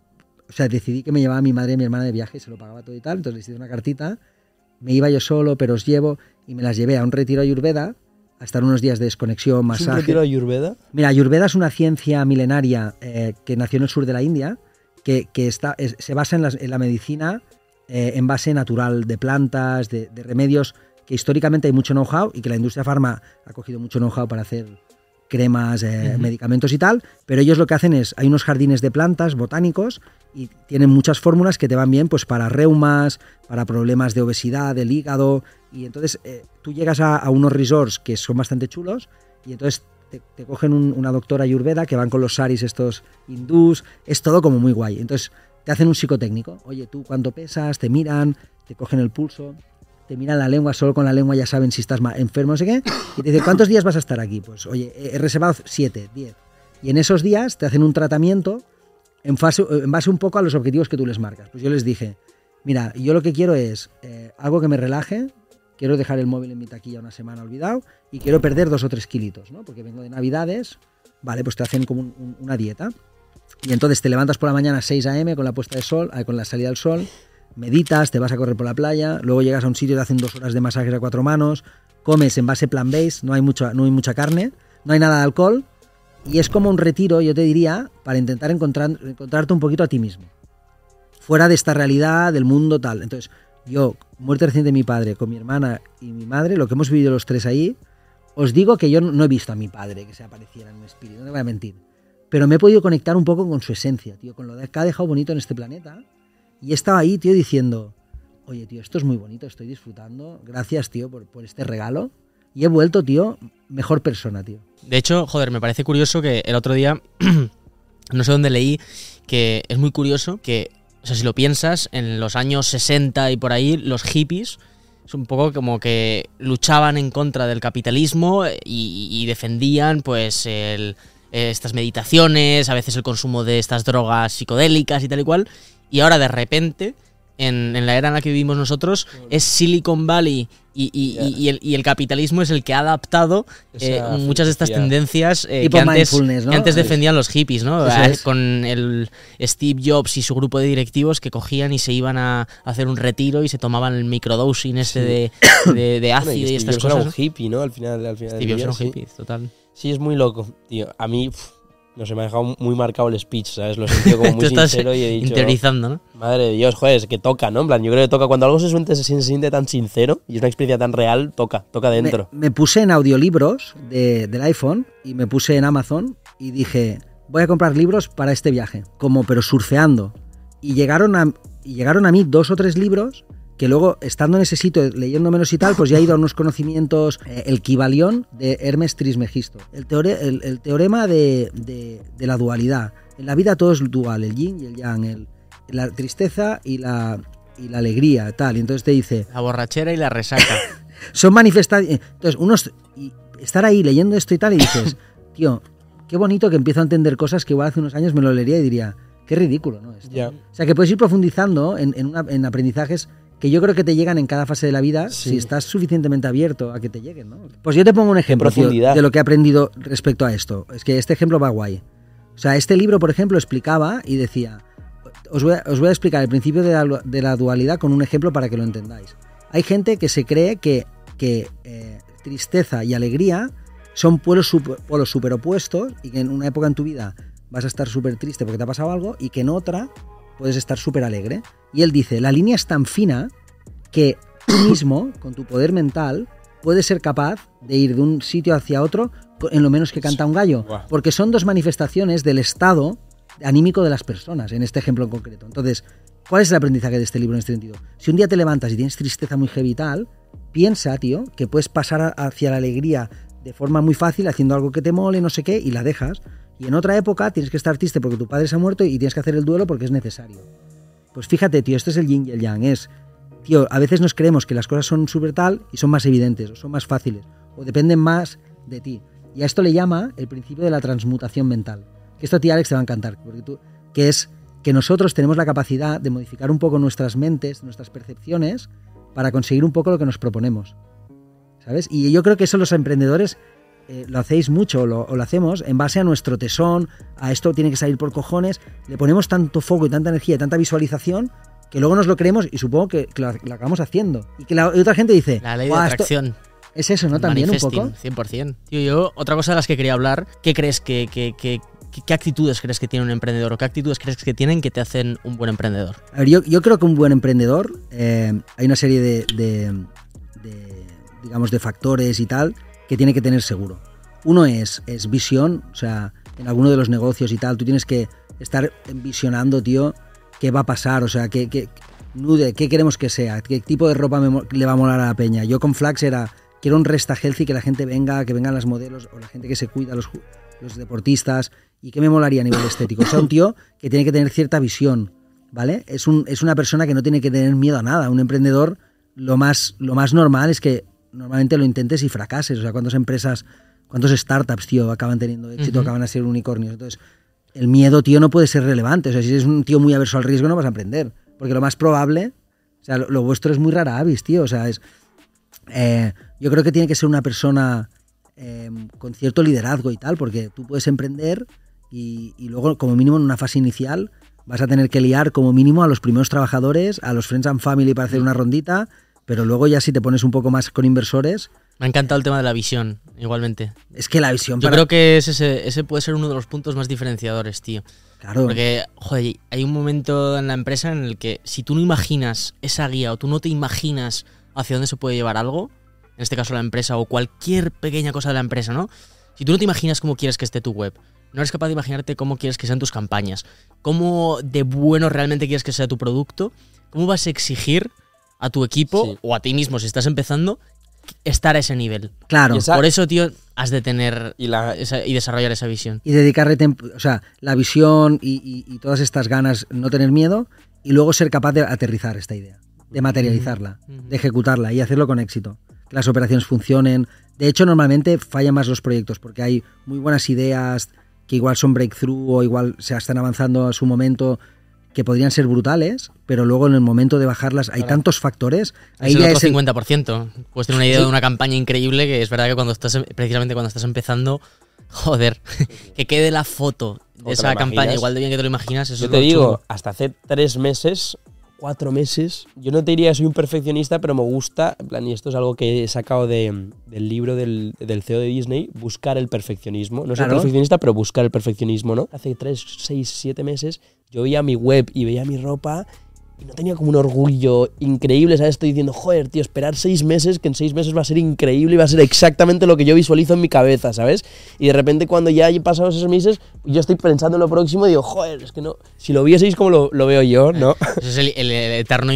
Speaker 1: O sea, decidí que me llevaba mi madre y mi hermana de viaje y se lo pagaba todo y tal. Entonces les hice una cartita, me iba yo solo, pero os llevo, y me las llevé a un retiro ayurveda, a estar unos días de desconexión, masaje.
Speaker 4: ¿Es un retiro ayurveda?
Speaker 1: Mira, ayurveda es una ciencia milenaria que nació en el sur de la India, que se basa en la medicina en base natural de plantas, de remedios, que históricamente hay mucho know-how y que la industria farma ha cogido mucho know-how para hacer cremas, medicamentos y tal, pero ellos lo que hacen es, hay unos jardines de plantas botánicos y tienen muchas fórmulas que te van bien pues para reumas, para problemas de obesidad, del hígado, y entonces tú llegas a unos resorts que son bastante chulos y entonces te cogen una doctora ayurveda que van con los saris estos hindús, es todo como muy guay. Entonces te hacen un psicotécnico, oye, tú cuánto pesas, te miran, te cogen el pulso, te miran la lengua, solo con la lengua ya saben si estás enfermo, no sé qué, y te dicen, ¿cuántos días vas a estar aquí? Pues, oye, he reservado 7, 10. Y en esos días te hacen un tratamiento en base un poco a los objetivos que tú les marcas. Pues yo les dije, mira, yo lo que quiero es algo que me relaje, quiero dejar el móvil en mi taquilla una semana olvidado y quiero perder 2 o 3 kilitos, ¿no? Porque vengo de Navidades, vale, pues te hacen como una dieta. Y entonces te levantas por la mañana a 6 a.m. con la puesta de sol, con la salida del sol, meditas, te vas a correr por la playa, luego llegas a un sitio, te hacen 2 horas de masajes a 4 manos, comes en base plant-based, no hay mucha carne, no hay nada de alcohol, y es como un retiro, yo te diría, para intentar encontrarte un poquito a ti mismo, fuera de esta realidad, del mundo, tal. Entonces, yo, muerte reciente de mi padre, con mi hermana y mi madre, lo que hemos vivido los 3 ahí, os digo que yo no he visto a mi padre que se apareciera en un espíritu, no te voy a mentir, pero me he podido conectar un poco con su esencia, tío, con lo que ha dejado bonito en este planeta. Y estaba ahí, tío, diciendo, oye, tío, esto es muy bonito, estoy disfrutando, gracias, tío, por este regalo. Y he vuelto, tío, mejor persona, tío.
Speaker 3: De hecho, joder, me parece curioso que el otro día, no sé dónde leí, que es muy curioso que, o sea, si lo piensas, en los años 60 y por ahí, los hippies es un poco como que luchaban en contra del capitalismo y defendían, pues, estas meditaciones, a veces el consumo de estas drogas psicodélicas y tal y cual. Y ahora de repente, en la era en la que vivimos nosotros, es Silicon Valley y el capitalismo es el que ha adaptado muchas de estas tendencias que antes defendían los hippies, ¿no? Con el Steve Jobs y su grupo de directivos que cogían y se iban a hacer un retiro y se tomaban el microdosing de ácido y estas cosas.
Speaker 4: Era un hippie, ¿no? Al final
Speaker 3: Steve Jobs era un hippie, total.
Speaker 4: Sí, es muy loco, tío. A mí... no sé, me ha dejado muy marcado el speech, ¿sabes? Lo he sentido como muy sincero y he dicho...
Speaker 3: interiorizando, ¿no?
Speaker 4: Madre de Dios, joder, es que toca, ¿no? En plan, yo creo que toca. Cuando algo se siente tan sincero y es una experiencia tan real, toca dentro.
Speaker 1: Me puse en audiolibros del iPhone y me puse en Amazon y dije, voy a comprar libros para este viaje, pero surfeando. Y llegaron a mí 2 o 3 libros que luego, estando en ese sitio, leyendo menos y tal, pues ya he ido a unos conocimientos, el Kybalión de Hermes Trismegisto, el teorema de la dualidad. En la vida todo es dual, el yin y el yang, la tristeza y la y la alegría, tal. Y entonces te dice...
Speaker 3: La borrachera y la resaca.
Speaker 1: Son manifestaciones... Entonces, estar ahí leyendo esto y tal y dices, tío, qué bonito que empiezo a entender cosas que igual hace unos años me lo leería y diría, qué ridículo, ¿no? Esto.
Speaker 4: Ya.
Speaker 1: O sea, que puedes ir profundizando en aprendizajes que yo creo que te llegan en cada fase de la vida si estás suficientemente abierto a que te lleguen, ¿no? Pues yo te pongo un ejemplo, tío, de lo que he aprendido respecto a esto. Es que este ejemplo va guay. O sea, este libro, por ejemplo, explicaba y decía... Os voy a explicar el principio de la dualidad con un ejemplo para que lo entendáis. Hay gente que se cree que tristeza y alegría son polos superopuestos y que en una época en tu vida vas a estar súper triste porque te ha pasado algo y que en otra puedes estar súper alegre. Y él dice, la línea es tan fina que tú mismo, con tu poder mental, puedes ser capaz de ir de un sitio hacia otro en lo menos que canta un gallo. Porque son dos manifestaciones del estado anímico de las personas, en este ejemplo en concreto. Entonces, ¿cuál es el aprendizaje de este libro en este sentido? Si un día te levantas y tienes tristeza muy heavy y tal, piensa, tío, que puedes pasar hacia la alegría de forma muy fácil haciendo algo que te mole, no sé qué, y la dejas. Y en otra época tienes que estar triste porque tu padre se ha muerto y tienes que hacer el duelo porque es necesario. Pues fíjate, tío, esto es el yin y el yang. Tío, a veces nos creemos que las cosas son súper tal y son más evidentes, o son más fáciles, o dependen más de ti. Y a esto le llama el principio de la transmutación mental. Que esto a ti, Alex, te va a encantar, porque que es que nosotros tenemos la capacidad de modificar un poco nuestras mentes, nuestras percepciones, para conseguir un poco lo que nos proponemos. ¿Sabes? Y yo creo que eso los emprendedores lo hacéis mucho, o lo hacemos en base a nuestro tesón, a esto tiene que salir por cojones, le ponemos tanto foco y tanta energía y tanta visualización que luego nos lo creemos y supongo que lo acabamos haciendo. Y que la otra gente dice...
Speaker 3: La ley de atracción.
Speaker 1: Es eso, ¿no? También un poco.
Speaker 3: 100%. Tío, yo, otra cosa de las que quería hablar, ¿qué crees ¿qué actitudes crees que tiene un emprendedor o qué actitudes crees que tienen que te hacen un buen emprendedor? A
Speaker 1: ver, yo creo que un buen emprendedor, hay una serie digamos, de factores y tal que tiene que tener seguro. Uno es visión, o sea, en alguno de los negocios y tal, tú tienes que estar visionando, tío, qué va a pasar, o sea, qué queremos que sea, qué tipo de ropa le va a molar a la peña. Yo con Flax quiero un Resta Healthy, que la gente venga, que vengan las modelos o la gente que se cuida, los deportistas, y qué me molaría a nivel estético. O sea, un tío que tiene que tener cierta visión, ¿vale? Es una persona que no tiene que tener miedo a nada. Un emprendedor, lo más normal es que normalmente lo intentes y fracases. O sea, cuántos startups, tío, acaban teniendo éxito, acaban a ser unicornios. Entonces, el miedo, tío, no puede ser relevante. O sea, si eres un tío muy averso al riesgo, no vas a emprender. Porque lo más probable, o sea, lo vuestro es muy rara avis, tío. O sea, yo creo que tiene que ser una persona con cierto liderazgo y tal, porque tú puedes emprender y luego, como mínimo, en una fase inicial, vas a tener que liar como mínimo a los primeros trabajadores, a los friends and family para hacer una rondita, pero luego ya si te pones un poco más con inversores...
Speaker 3: Me ha encantado el tema de la visión, igualmente.
Speaker 1: Es que la visión...
Speaker 3: Yo creo que ese puede ser uno de los puntos más diferenciadores, tío.
Speaker 1: Claro.
Speaker 3: Porque, joder, hay un momento en la empresa en el que si tú no imaginas esa guía o tú no te imaginas hacia dónde se puede llevar algo, en este caso la empresa o cualquier pequeña cosa de la empresa, ¿no? Si tú no te imaginas cómo quieres que esté tu web, no eres capaz de imaginarte cómo quieres que sean tus campañas, cómo de bueno realmente quieres que sea tu producto, ¿cómo vas a exigir a tu equipo o a ti mismo si estás empezando estar a ese nivel?
Speaker 1: Claro.
Speaker 3: Por eso, tío, has de tener y desarrollar esa visión.
Speaker 1: Y dedicarle o sea, la visión y todas estas ganas, no tener miedo y luego ser capaz de aterrizar esta idea, de materializarla, de ejecutarla y hacerlo con éxito. Que las operaciones funcionen. De hecho, normalmente fallan más los proyectos porque hay muy buenas ideas que igual son breakthrough o igual se están avanzando a su momento, que podrían ser brutales, pero luego en el momento de bajarlas hay tantos factores.
Speaker 3: Ahí es el otro 50%. Puedes tener una idea de una campaña increíble que es verdad que precisamente cuando estás empezando, joder, que quede la foto de esa campaña igual de bien que te lo imaginas. Eso
Speaker 4: yo te digo, hasta hace 3 meses, 4 meses, yo no te diría que soy un perfeccionista, pero me gusta, en plan, y esto es algo que he sacado del libro del CEO de Disney, buscar el perfeccionismo. No soy perfeccionista, pero buscar el perfeccionismo, ¿no? Hace 3, 6, 7 meses yo veía mi web y veía mi ropa y no tenía como un orgullo increíble, ¿sabes? Estoy diciendo, joder, tío, esperar 6 meses, que en 6 meses va a ser increíble y va a ser exactamente lo que yo visualizo en mi cabeza, ¿sabes? Y de repente cuando ya he pasado esos meses, yo estoy pensando en lo próximo y digo, joder, es que no, si lo vieseis como lo veo yo, ¿no?
Speaker 3: Eso es el eterno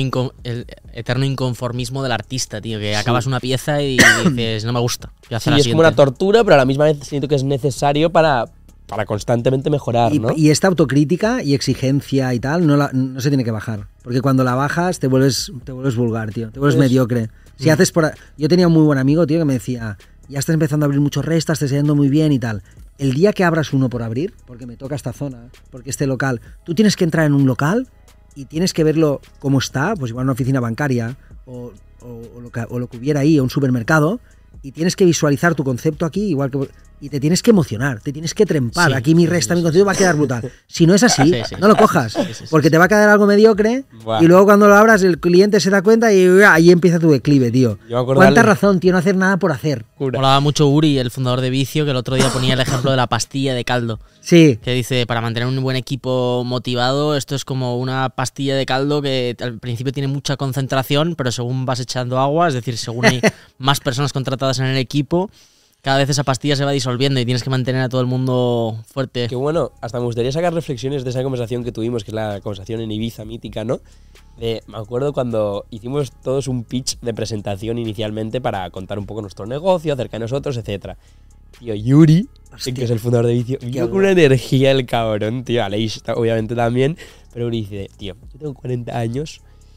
Speaker 3: inconformismo del artista, tío, que acabas una pieza y dices, no me gusta.
Speaker 1: Sí, es como una tortura, pero a la misma vez siento que es necesario para
Speaker 4: para constantemente mejorar, ¿no?
Speaker 1: Y esta autocrítica y exigencia y tal no se tiene que bajar. Porque cuando la bajas te vuelves vulgar, tío. Te vuelves mediocre. Si haces Yo tenía un muy buen amigo, tío, que me decía, ya estás empezando a abrir muchos restas, te estás yendo muy bien y tal. El día que abras uno por abrir, porque me toca esta zona, porque este local, tú tienes que entrar en un local y tienes que verlo cómo está, pues igual una oficina bancaria o lo que hubiera ahí, o un supermercado, y tienes que visualizar tu concepto aquí, igual que... Y te tienes que emocionar, te tienes que trempar.
Speaker 3: Sí,
Speaker 1: aquí mi resta, mi concepto va a quedar brutal. Si no es así, no lo cojas,
Speaker 3: Sí.
Speaker 1: porque te va a quedar algo mediocre.
Speaker 4: Buah.
Speaker 1: Y luego cuando lo abras el cliente se da cuenta y ahí empieza tu declive, tío.
Speaker 4: Yo me acuerdo
Speaker 1: Cuánta
Speaker 4: darle-
Speaker 1: razón, tío, no hacer nada por hacer.
Speaker 3: Molaba mucho Uri, el fundador de Vicio, que el otro día ponía el ejemplo de la pastilla de caldo.
Speaker 1: Sí,
Speaker 3: Que dice, para mantener un buen equipo motivado, esto es como una pastilla de caldo que al principio tiene mucha concentración, pero según vas echando agua, es decir, según hay más personas contratadas en el equipo, cada vez esa pastilla se va disolviendo y tienes que mantener a todo el mundo fuerte.
Speaker 4: Que bueno, hasta me gustaría sacar reflexiones de esa conversación que tuvimos, que es la conversación en Ibiza mítica, ¿no? Me acuerdo cuando hicimos todos un pitch de presentación inicialmente para contar un poco nuestro negocio, acerca de nosotros, etcétera. Tío, Yuri,
Speaker 1: Hostia.
Speaker 4: que es el fundador de Vicio, vino con una energía el cabrón, tío. Aleix obviamente también, pero Yuri dice, tío, yo tengo 40 años,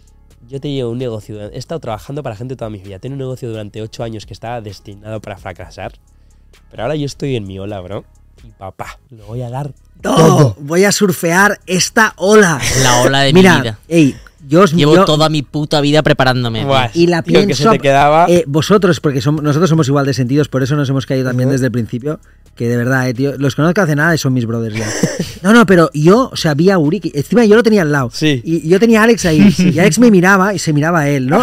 Speaker 4: yo tenía un negocio, he estado trabajando para gente toda mi vida, tengo un negocio durante 8 años que estaba destinado para fracasar, pero ahora yo estoy en mi ola, bro, y papá, lo voy a dar
Speaker 1: no, voy a surfear esta ola.
Speaker 3: La ola de
Speaker 1: Mira,
Speaker 3: mi vida.
Speaker 1: ey,
Speaker 3: Llevo toda mi puta vida preparándome. tío.
Speaker 4: Buah,
Speaker 1: y la
Speaker 4: tío, que
Speaker 1: pienso.
Speaker 4: se te quedaba...
Speaker 1: Vosotros, porque nosotros somos igual de sentidos, por eso nos hemos caído también desde el principio. Que de verdad, tío, los conozco hace nada y son mis brothers ya. No, pero yo, o sea, vi a Uri, que encima yo lo tenía al lado.
Speaker 4: Sí.
Speaker 1: Y yo tenía a Alex ahí. Y Alex me miraba y se miraba a él, ¿no?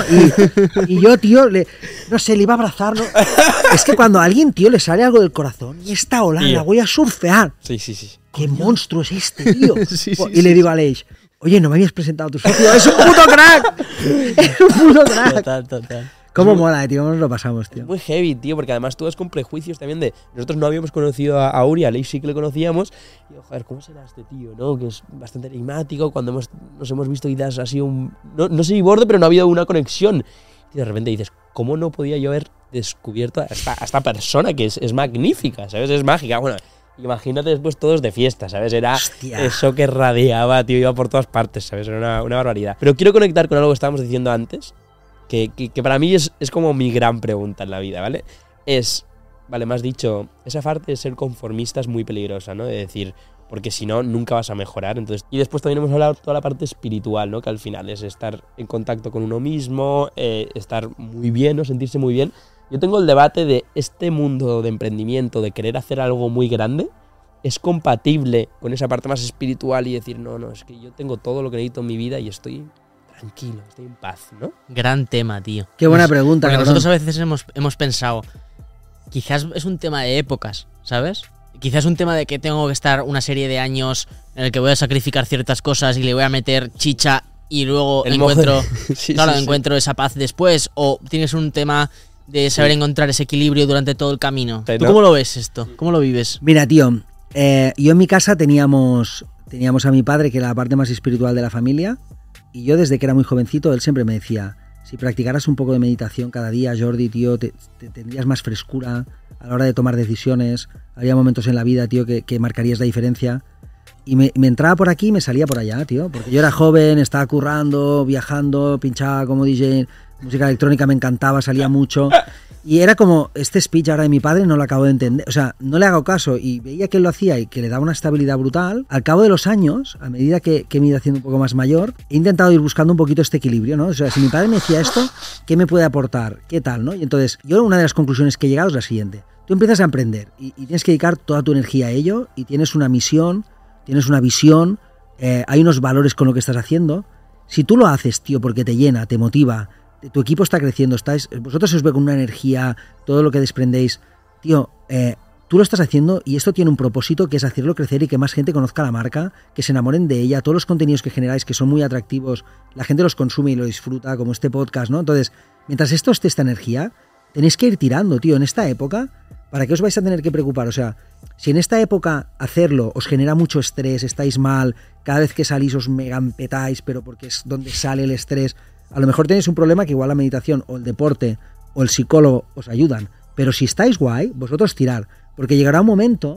Speaker 1: Y yo, tío, no sé, le iba a abrazar, ¿no? Es que cuando a alguien, tío, le sale algo del corazón, y esta ola
Speaker 4: Tío.
Speaker 1: la voy a surfear.
Speaker 4: Sí.
Speaker 1: ¿Qué monstruo es este, tío?
Speaker 4: Sí,
Speaker 1: y le digo a Alex, oye, no me habías presentado a tu socio. ¡Es un puto crack! ¡Es un puto crack!
Speaker 3: Total.
Speaker 1: ¿Cómo mola, tío? ¿Cómo nos lo pasamos, tío?
Speaker 4: Muy heavy, tío, porque además tú vas con prejuicios también de... Nosotros no habíamos conocido a Uri, a Aleix sí que le conocíamos. Y digo, joder, ¿cómo será este tío, no? Que es bastante enigmático. Cuando nos hemos visto quizás así un... No sé si borde, pero no ha habido una conexión. Y de repente dices, ¿cómo no podía yo haber descubierto a esta persona que es magnífica, ¿sabes? Es mágica. Bueno, imagínate después todos de fiesta, ¿sabes? Era
Speaker 1: Hostia.
Speaker 4: eso que radiaba, tío, iba por todas partes, ¿sabes? Era una barbaridad. Pero quiero conectar con algo que estábamos diciendo antes, que para mí es como mi gran pregunta en la vida, ¿vale? Vale, me has dicho, esa parte de ser conformista es muy peligrosa, ¿no? De decir, porque si no, nunca vas a mejorar. Entonces, y después también hemos hablado de toda la parte espiritual, ¿no? Que al final es estar en contacto con uno mismo, estar muy bien, ¿no? Sentirse muy bien. Yo tengo el debate de este mundo de emprendimiento, de querer hacer algo muy grande, ¿es compatible con esa parte más espiritual y decir, no, es que yo tengo todo lo que necesito en mi vida y estoy tranquilo, estoy en paz, ¿no?
Speaker 3: Gran tema, tío.
Speaker 1: Qué buena pregunta,
Speaker 3: Porque
Speaker 1: cabrón.
Speaker 3: nosotros a veces hemos pensado, quizás es un tema de épocas, ¿sabes? Quizás un tema de que tengo que estar una serie de años en el que voy a sacrificar ciertas cosas y le voy a meter chicha y luego
Speaker 4: El
Speaker 3: encuentro,
Speaker 4: mojo. Sí,
Speaker 3: claro,
Speaker 4: sí, sí.
Speaker 3: encuentro esa paz después. O tienes un tema de saber encontrar ese equilibrio durante todo el camino.
Speaker 4: Sí,
Speaker 3: ¿Tú
Speaker 4: ¿no?
Speaker 3: cómo lo ves esto? ¿Cómo lo vives?
Speaker 1: Mira, tío, yo en mi casa teníamos a mi padre, que era la parte más espiritual de la familia, y yo desde que era muy jovencito, él siempre me decía, si practicaras un poco de meditación cada día, Jordi, tío, te tendrías más frescura a la hora de tomar decisiones, había momentos en la vida, tío, que marcarías la diferencia. Y me entraba por aquí y me salía por allá, tío, porque yo era joven, estaba currando, viajando, pinchaba como DJ, música electrónica me encantaba, salía mucho. Y era como, este speech ahora de mi padre no lo acabo de entender, o sea, no le hago caso y veía que él lo hacía y que le daba una estabilidad brutal. Al cabo de los años, a medida que me he ido haciendo un poco más mayor, he intentado ir buscando un poquito este equilibrio, ¿no? O sea, si mi padre me decía esto, ¿qué me puede aportar? ¿Qué tal, no? Y entonces, yo una de las conclusiones que he llegado es la siguiente. Tú empiezas a emprender y tienes que dedicar toda tu energía a ello y tienes una misión, tienes una visión, hay unos valores con lo que estás haciendo. Si tú lo haces, tío, porque te llena, te motiva, tu equipo está creciendo, vosotros os ve con una energía, todo lo que desprendéis, tío, tú lo estás haciendo y esto tiene un propósito que es hacerlo crecer y que más gente conozca la marca, que se enamoren de ella, todos los contenidos que generáis que son muy atractivos, la gente los consume y lo disfruta, como este podcast, ¿no? Entonces, mientras esto esté esta energía, tenéis que ir tirando, tío, en esta época, ¿para qué os vais a tener que preocupar? O sea, si en esta época hacerlo os genera mucho estrés, estáis mal, cada vez que salís os megampetáis, pero porque es donde sale el estrés, a lo mejor tenéis un problema que igual la meditación o el deporte o el psicólogo os ayudan. Pero si estáis guay, vosotros tirar. Porque llegará un momento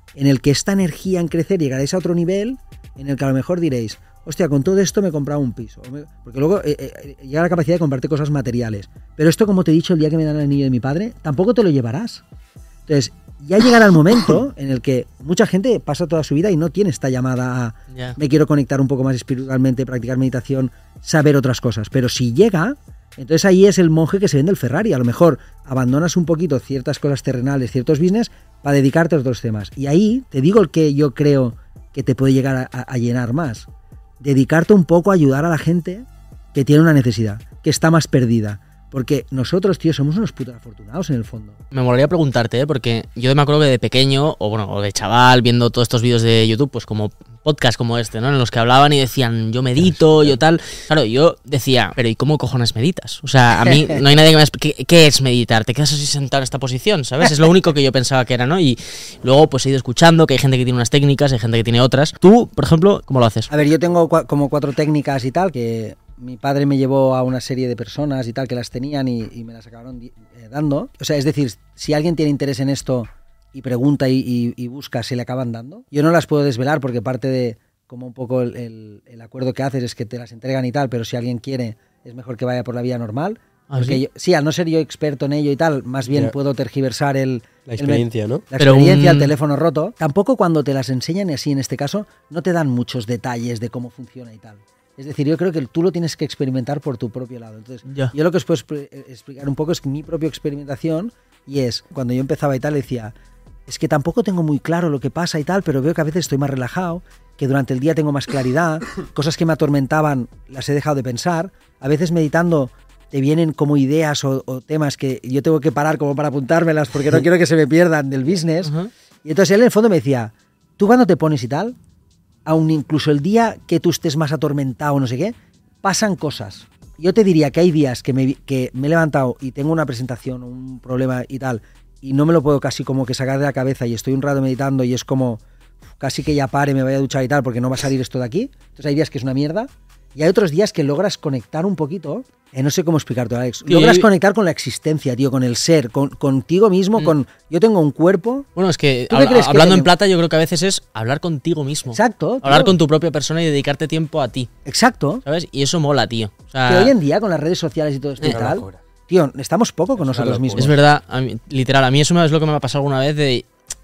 Speaker 1: en el que esta energía en crecer llegaréis a otro nivel en el que a lo mejor diréis, hostia, con todo esto me he comprado un piso. Porque luego llega la capacidad de comprarte cosas materiales. Pero esto, como te he dicho, el día que me dan el anillo de mi padre, tampoco te lo llevarás. Entonces, ya llegará el momento en el que mucha gente pasa toda su vida y no tiene esta llamada a me quiero conectar un poco más espiritualmente, practicar meditación, saber otras cosas. Pero si llega, entonces ahí es el monje que se vende el Ferrari. A lo mejor abandonas un poquito ciertas cosas terrenales, ciertos business, para dedicarte a otros temas. Y ahí te digo el que yo creo que te puede llegar a llenar más. Dedicarte un poco a ayudar a la gente que tiene una necesidad, que está más perdida. Porque nosotros, tío, somos unos putos afortunados en el fondo.
Speaker 3: Me molaría preguntarte, porque yo me acuerdo que de pequeño, o de chaval, viendo todos estos vídeos de YouTube, pues como podcast como este, ¿no? En los que hablaban y decían, yo medito, yo tal. Claro, yo decía, pero ¿y cómo cojones meditas? O sea, a mí no hay nadie que me explique qué es meditar. ¿Te quedas así sentado en esta posición? ¿Sabes? Es lo único que yo pensaba que era, ¿no? Y luego pues he ido escuchando que hay gente que tiene unas técnicas, hay gente que tiene otras. Tú, por ejemplo, ¿cómo lo haces?
Speaker 1: A ver, yo tengo como 4 técnicas y tal, que mi padre me llevó a una serie de personas y tal que las tenían y me las acabaron dando. O sea, es decir, si alguien tiene interés en esto y pregunta y busca, se le acaban dando. Yo no las puedo desvelar porque parte de como un poco el acuerdo que haces es que te las entregan y tal, pero si alguien quiere es mejor que vaya por la vía normal. Porque sí, al no ser yo experto en ello y tal, más bien puedo tergiversar la
Speaker 4: experiencia, ¿no?
Speaker 1: La experiencia, el teléfono roto. Tampoco cuando te las enseñan, y así en este caso, no te dan muchos detalles de cómo funciona y tal. Es decir, yo creo que tú lo tienes que experimentar por tu propio lado. Entonces, yo lo que os puedo explicar un poco es mi propia experimentación, y es, cuando yo empezaba y tal, decía, es que tampoco tengo muy claro lo que pasa y tal, pero veo que a veces estoy más relajado, que durante el día tengo más claridad, cosas que me atormentaban las he dejado de pensar, a veces meditando te vienen como ideas o temas que yo tengo que parar como para apuntármelas porque no quiero que se me pierdan del business. Y entonces él en el fondo me decía, tú cuando te pones y tal, aun incluso el día que tú estés más atormentado o no sé qué, pasan cosas. Yo te diría que hay días que me he levantado y tengo una presentación, un problema y tal, y no me lo puedo casi como que sacar de la cabeza y estoy un rato meditando y es como casi que ya pare, me voy a duchar y tal porque no va a salir esto de aquí. Entonces hay días que es una mierda y hay otros días que logras conectar un poquito. No sé cómo explicarte, Alex. Logras conectar con la existencia, tío, con el ser, contigo mismo, yo tengo un cuerpo.
Speaker 3: Bueno, es que hablando en plata, yo creo que a veces es hablar contigo mismo.
Speaker 1: Exacto.
Speaker 3: Hablar con tu propia persona y dedicarte tiempo a ti.
Speaker 1: Exacto.
Speaker 3: ¿Sabes? Y eso mola, tío. O sea,
Speaker 1: que hoy en día, con las redes sociales y todo esto y tal, locura. Tío, estamos poco con nosotros mismos.
Speaker 3: Es verdad, literal, a mí eso es lo que me ha pasado alguna vez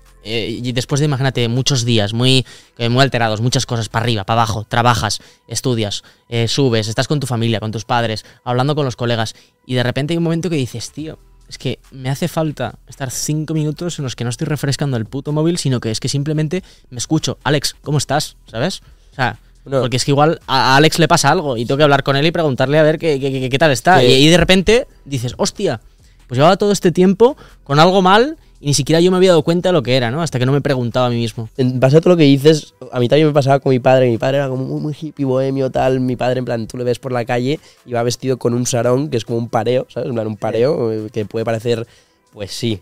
Speaker 3: y después de, imagínate, muchos días muy alterados, muchas cosas para arriba, para abajo, trabajas, estudias, subes, estás con tu familia, con tus padres, hablando con los colegas y de repente hay un momento que dices, tío, es que me hace falta estar 5 minutos en los que no estoy refrescando el puto móvil, sino que es que simplemente me escucho, Alex, ¿cómo estás? ¿Sabes? O sea, porque es que igual a Alex le pasa algo y tengo que hablar con él y preguntarle a ver qué tal está. Y ahí de repente dices, hostia, pues llevaba todo este tiempo con algo mal y ni siquiera yo me había dado cuenta de lo que era, ¿no? Hasta que no me preguntaba a mí mismo.
Speaker 4: En base a todo lo que dices, a mí también me pasaba con mi padre. Mi padre era como muy hippie, bohemio, tal. Mi padre, en plan, tú le ves por la calle y va vestido con un sarong, que es como un pareo, ¿sabes? En plan, un pareo que puede parecer, pues sí,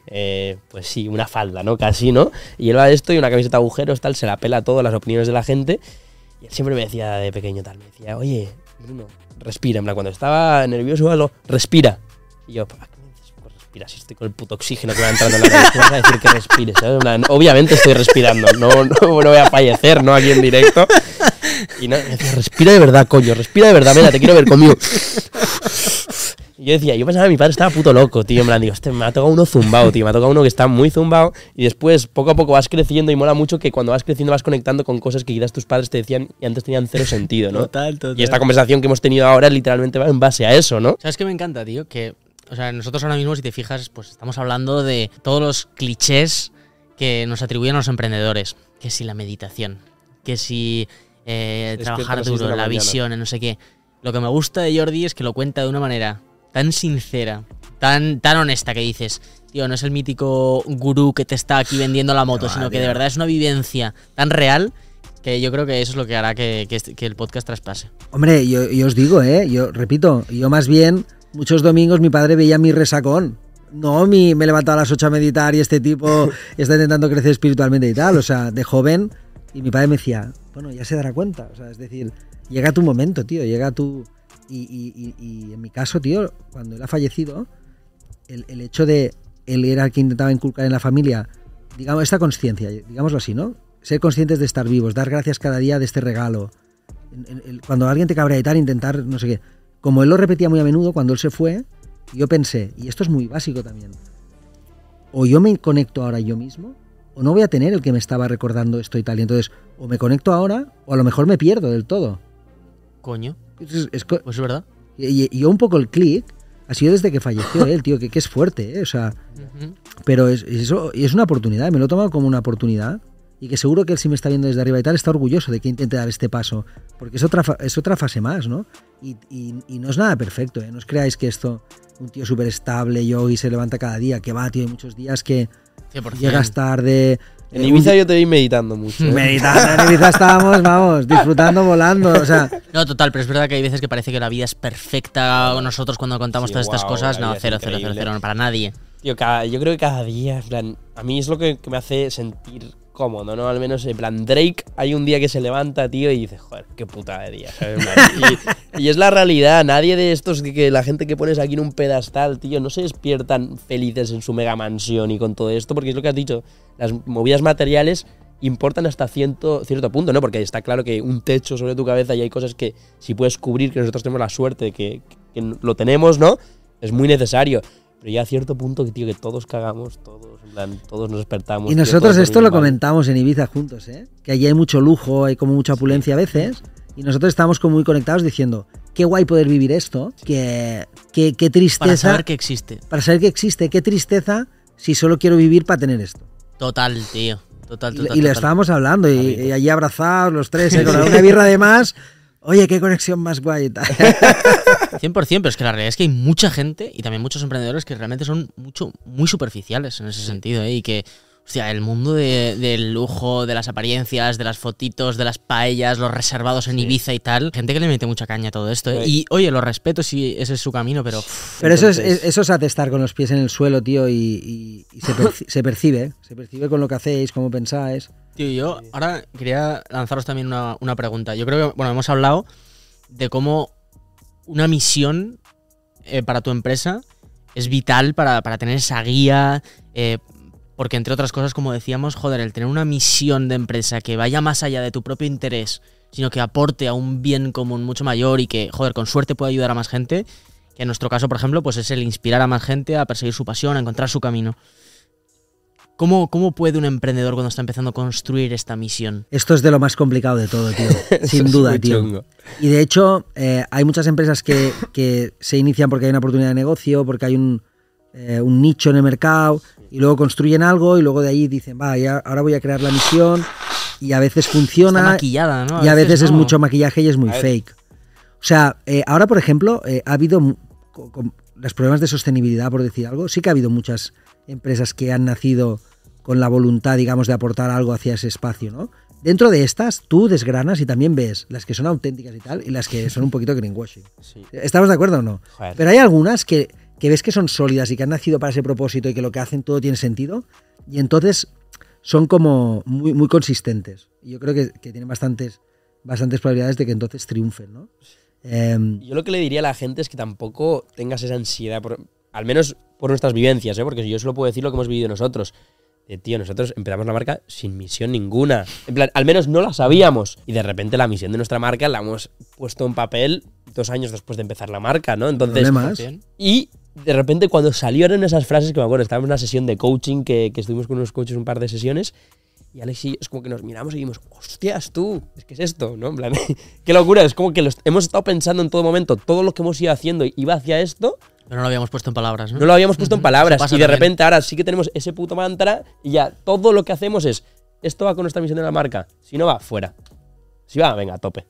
Speaker 4: una falda, ¿no? Casi, ¿no? Y él va de esto y una camiseta de agujeros, tal, se la pela todas las opiniones de la gente. Y él siempre me decía de pequeño, tal, me decía, oye, Bruno, respira. En plan, cuando estaba nervioso o algo, respira. Y yo, respira, si estoy con el puto oxígeno que va entrando en la nariz, ¿qué vas a decir que respires? ¿Sabes? Obviamente estoy respirando, no voy a fallecer, ¿no? Aquí en directo. Y no, me decía, respira de verdad, coño, respira de verdad, mira, te quiero ver conmigo. Y yo pensaba que mi padre estaba puto loco, tío, en plan, digo, me ha tocado uno zumbado, tío, me ha tocado uno que está muy zumbado y después, poco a poco vas creciendo y mola mucho que cuando vas creciendo vas conectando con cosas que quizás tus padres te decían y antes tenían cero sentido, ¿no?
Speaker 3: Total.
Speaker 4: Y esta conversación que hemos tenido ahora literalmente va en base a eso, ¿no?
Speaker 3: ¿Sabes qué me encanta, tío? Que, o sea, nosotros ahora mismo, si te fijas, pues estamos hablando de todos los clichés que nos atribuyen a los emprendedores. Que si la meditación, que si trabajar duro, la visión, no sé qué. Lo que me gusta de Jordi es que lo cuenta de una manera tan sincera, tan honesta, que dices, tío, no es el mítico gurú que te está aquí vendiendo la moto, sino que de verdad es una vivencia tan real que yo creo que eso es lo que hará que el podcast traspase.
Speaker 1: Hombre, yo os digo, yo repito, yo más bien, muchos domingos mi padre veía mi resacón. No, me levantaba a las 8 a meditar y este tipo está intentando crecer espiritualmente y tal, o sea, de joven, y mi padre me decía, bueno, ya se dará cuenta, o sea, es decir, llega tu momento, tío, llega tu... Y en mi caso, tío, cuando él ha fallecido, el hecho de él era el que intentaba inculcar en la familia digamos, esta conciencia, digámoslo así, ¿no? Ser conscientes de estar vivos, dar gracias cada día de este regalo. Cuando alguien te cabrea y tal, intentar, no sé qué. Como él lo repetía muy a menudo, cuando él se fue, yo pensé, y esto es muy básico también, o yo me conecto ahora yo mismo, o no voy a tener el que me estaba recordando esto y tal. Y entonces, o me conecto ahora, o a lo mejor me pierdo del todo.
Speaker 3: Coño.
Speaker 1: Pues
Speaker 3: es verdad.
Speaker 1: Y yo un poco el clic ha sido desde que falleció él, tío, que es fuerte, ¿eh? O sea, pero eso es una oportunidad, me lo he tomado como una oportunidad. Y que seguro que él, si me está viendo desde arriba y tal, está orgulloso de que intente dar este paso. Porque es otra fase más, ¿no? Y no es nada perfecto, ¿eh? No os creáis que esto, un tío súper estable, y se levanta cada día. Que va, tío, hay muchos días que
Speaker 3: 100%.
Speaker 1: llegas tarde.
Speaker 4: En Ibiza yo te vi meditando mucho.
Speaker 1: Meditando, en Ibiza estábamos, vamos, disfrutando, volando, o sea...
Speaker 3: No, total, pero es verdad que hay veces que parece que la vida es perfecta. Nosotros cuando contamos
Speaker 4: Sí,
Speaker 3: todas estas cosas, no, cero,
Speaker 4: increíble.
Speaker 3: no, para nadie.
Speaker 4: Tío, yo creo que cada día, en plan, a mí es lo que me hace sentir cómodo, ¿no? Al menos, en plan, Drake, hay un día que se levanta, tío, y dice, joder, qué puta de día, ¿sabes? Y es la realidad, nadie de estos que la gente que pones aquí en un pedestal, tío, no se despiertan felices en su mega mansión y con todo esto, porque es lo que has dicho, las movidas materiales importan hasta cierto punto, ¿no? Porque está claro que un techo sobre tu cabeza y hay cosas que si puedes cubrir, que nosotros tenemos la suerte de que lo tenemos, ¿no? Es muy necesario. Pero ya a cierto punto, tío, que todos cagamos, en plan, todos nos despertamos.
Speaker 1: Y
Speaker 4: tío,
Speaker 1: nosotros
Speaker 4: todos
Speaker 1: esto lo
Speaker 4: dormimos mal.
Speaker 1: comentamos en Ibiza juntos, ¿eh? Que allí hay mucho lujo, hay como mucha opulencia a veces, y nosotros estamos como muy conectados diciendo, qué guay poder vivir esto, qué tristeza...
Speaker 3: Para saber que existe.
Speaker 1: Para saber que existe, qué tristeza si solo quiero vivir para tener esto.
Speaker 3: Total, tío. Total.
Speaker 1: Y lo estábamos hablando, y allí abrazados los tres, con una birra de más... Oye, qué conexión más guay y tal.
Speaker 3: 100%, pero es que la realidad es que hay mucha gente y también muchos emprendedores que realmente son muy superficiales en ese sentido, ¿eh? Y que, hostia, el mundo del lujo, de las apariencias, de las fotitos, de las paellas, los reservados en Ibiza y tal, gente que le mete mucha caña a todo esto, ¿eh? Y, oye, lo respeto si ese es su camino, pero...
Speaker 1: Pero eso es atestar con los pies en el suelo, tío, y se percibe con lo que hacéis, cómo pensáis.
Speaker 3: Tío, yo ahora quería lanzaros también una pregunta. Yo creo que, bueno, hemos hablado de cómo una misión para tu empresa es vital para tener esa guía, porque entre otras cosas, como decíamos, joder, el tener una misión de empresa que vaya más allá de tu propio interés, sino que aporte a un bien común mucho mayor y que, joder, con suerte pueda ayudar a más gente, que en nuestro caso, por ejemplo, pues es el inspirar a más gente a perseguir su pasión, a encontrar su camino. ¿Cómo puede un emprendedor cuando está empezando a construir esta misión?
Speaker 1: Esto es de lo más complicado de todo, tío. Sin duda, tío.
Speaker 4: Chungo.
Speaker 1: Y de hecho, hay muchas empresas que se inician porque hay una oportunidad de negocio, porque hay un nicho en el mercado, y luego construyen algo y luego de ahí dicen, va, ahora voy a crear la misión, y a veces funciona.
Speaker 3: Está maquillada, ¿no?
Speaker 1: Y a veces
Speaker 3: no.
Speaker 1: es mucho maquillaje y es muy fake. O sea, ahora, por ejemplo, ha habido con los problemas de sostenibilidad, por decir algo, sí que ha habido muchas empresas que han nacido con la voluntad, digamos, de aportar algo hacia ese espacio, ¿no? Dentro de estas, tú desgranas y también ves las que son auténticas y tal, y las que son un poquito greenwashing.
Speaker 4: Sí.
Speaker 1: ¿Estamos de acuerdo o no?
Speaker 4: Joder.
Speaker 1: Pero hay algunas que ves que son sólidas y que han nacido para ese propósito y que lo que hacen todo tiene sentido, y entonces son como muy, muy consistentes. Y yo creo que tienen bastantes probabilidades de que entonces triunfen, ¿no?
Speaker 4: Yo lo que le diría a la gente es que tampoco tengas esa ansiedad, al menos por nuestras vivencias, ¿eh? Porque yo solo puedo decir lo que hemos vivido nosotros. Tío, nosotros empezamos la marca sin misión ninguna. En plan, al menos no la sabíamos. Y de repente la misión de nuestra marca la hemos puesto en papel 2 años después de empezar la marca, ¿no? Entonces, y de repente cuando salieron esas frases, que me acuerdo, estábamos en una sesión de coaching que estuvimos con unos coaches un par de sesiones, y Alex y yo es como que nos miramos y dijimos, hostias tú, es que es esto, ¿no? En plan, qué locura, es como que hemos estado pensando en todo momento, todo lo que hemos ido haciendo iba hacia esto.
Speaker 3: Pero no lo habíamos puesto en palabras, ¿no?
Speaker 4: No lo habíamos puesto en palabras. Y de
Speaker 3: también.
Speaker 4: repente ahora sí que tenemos ese puto mantra y ya todo lo que hacemos es, esto va con nuestra misión de la marca. Si no va, fuera. Si va, venga, a tope.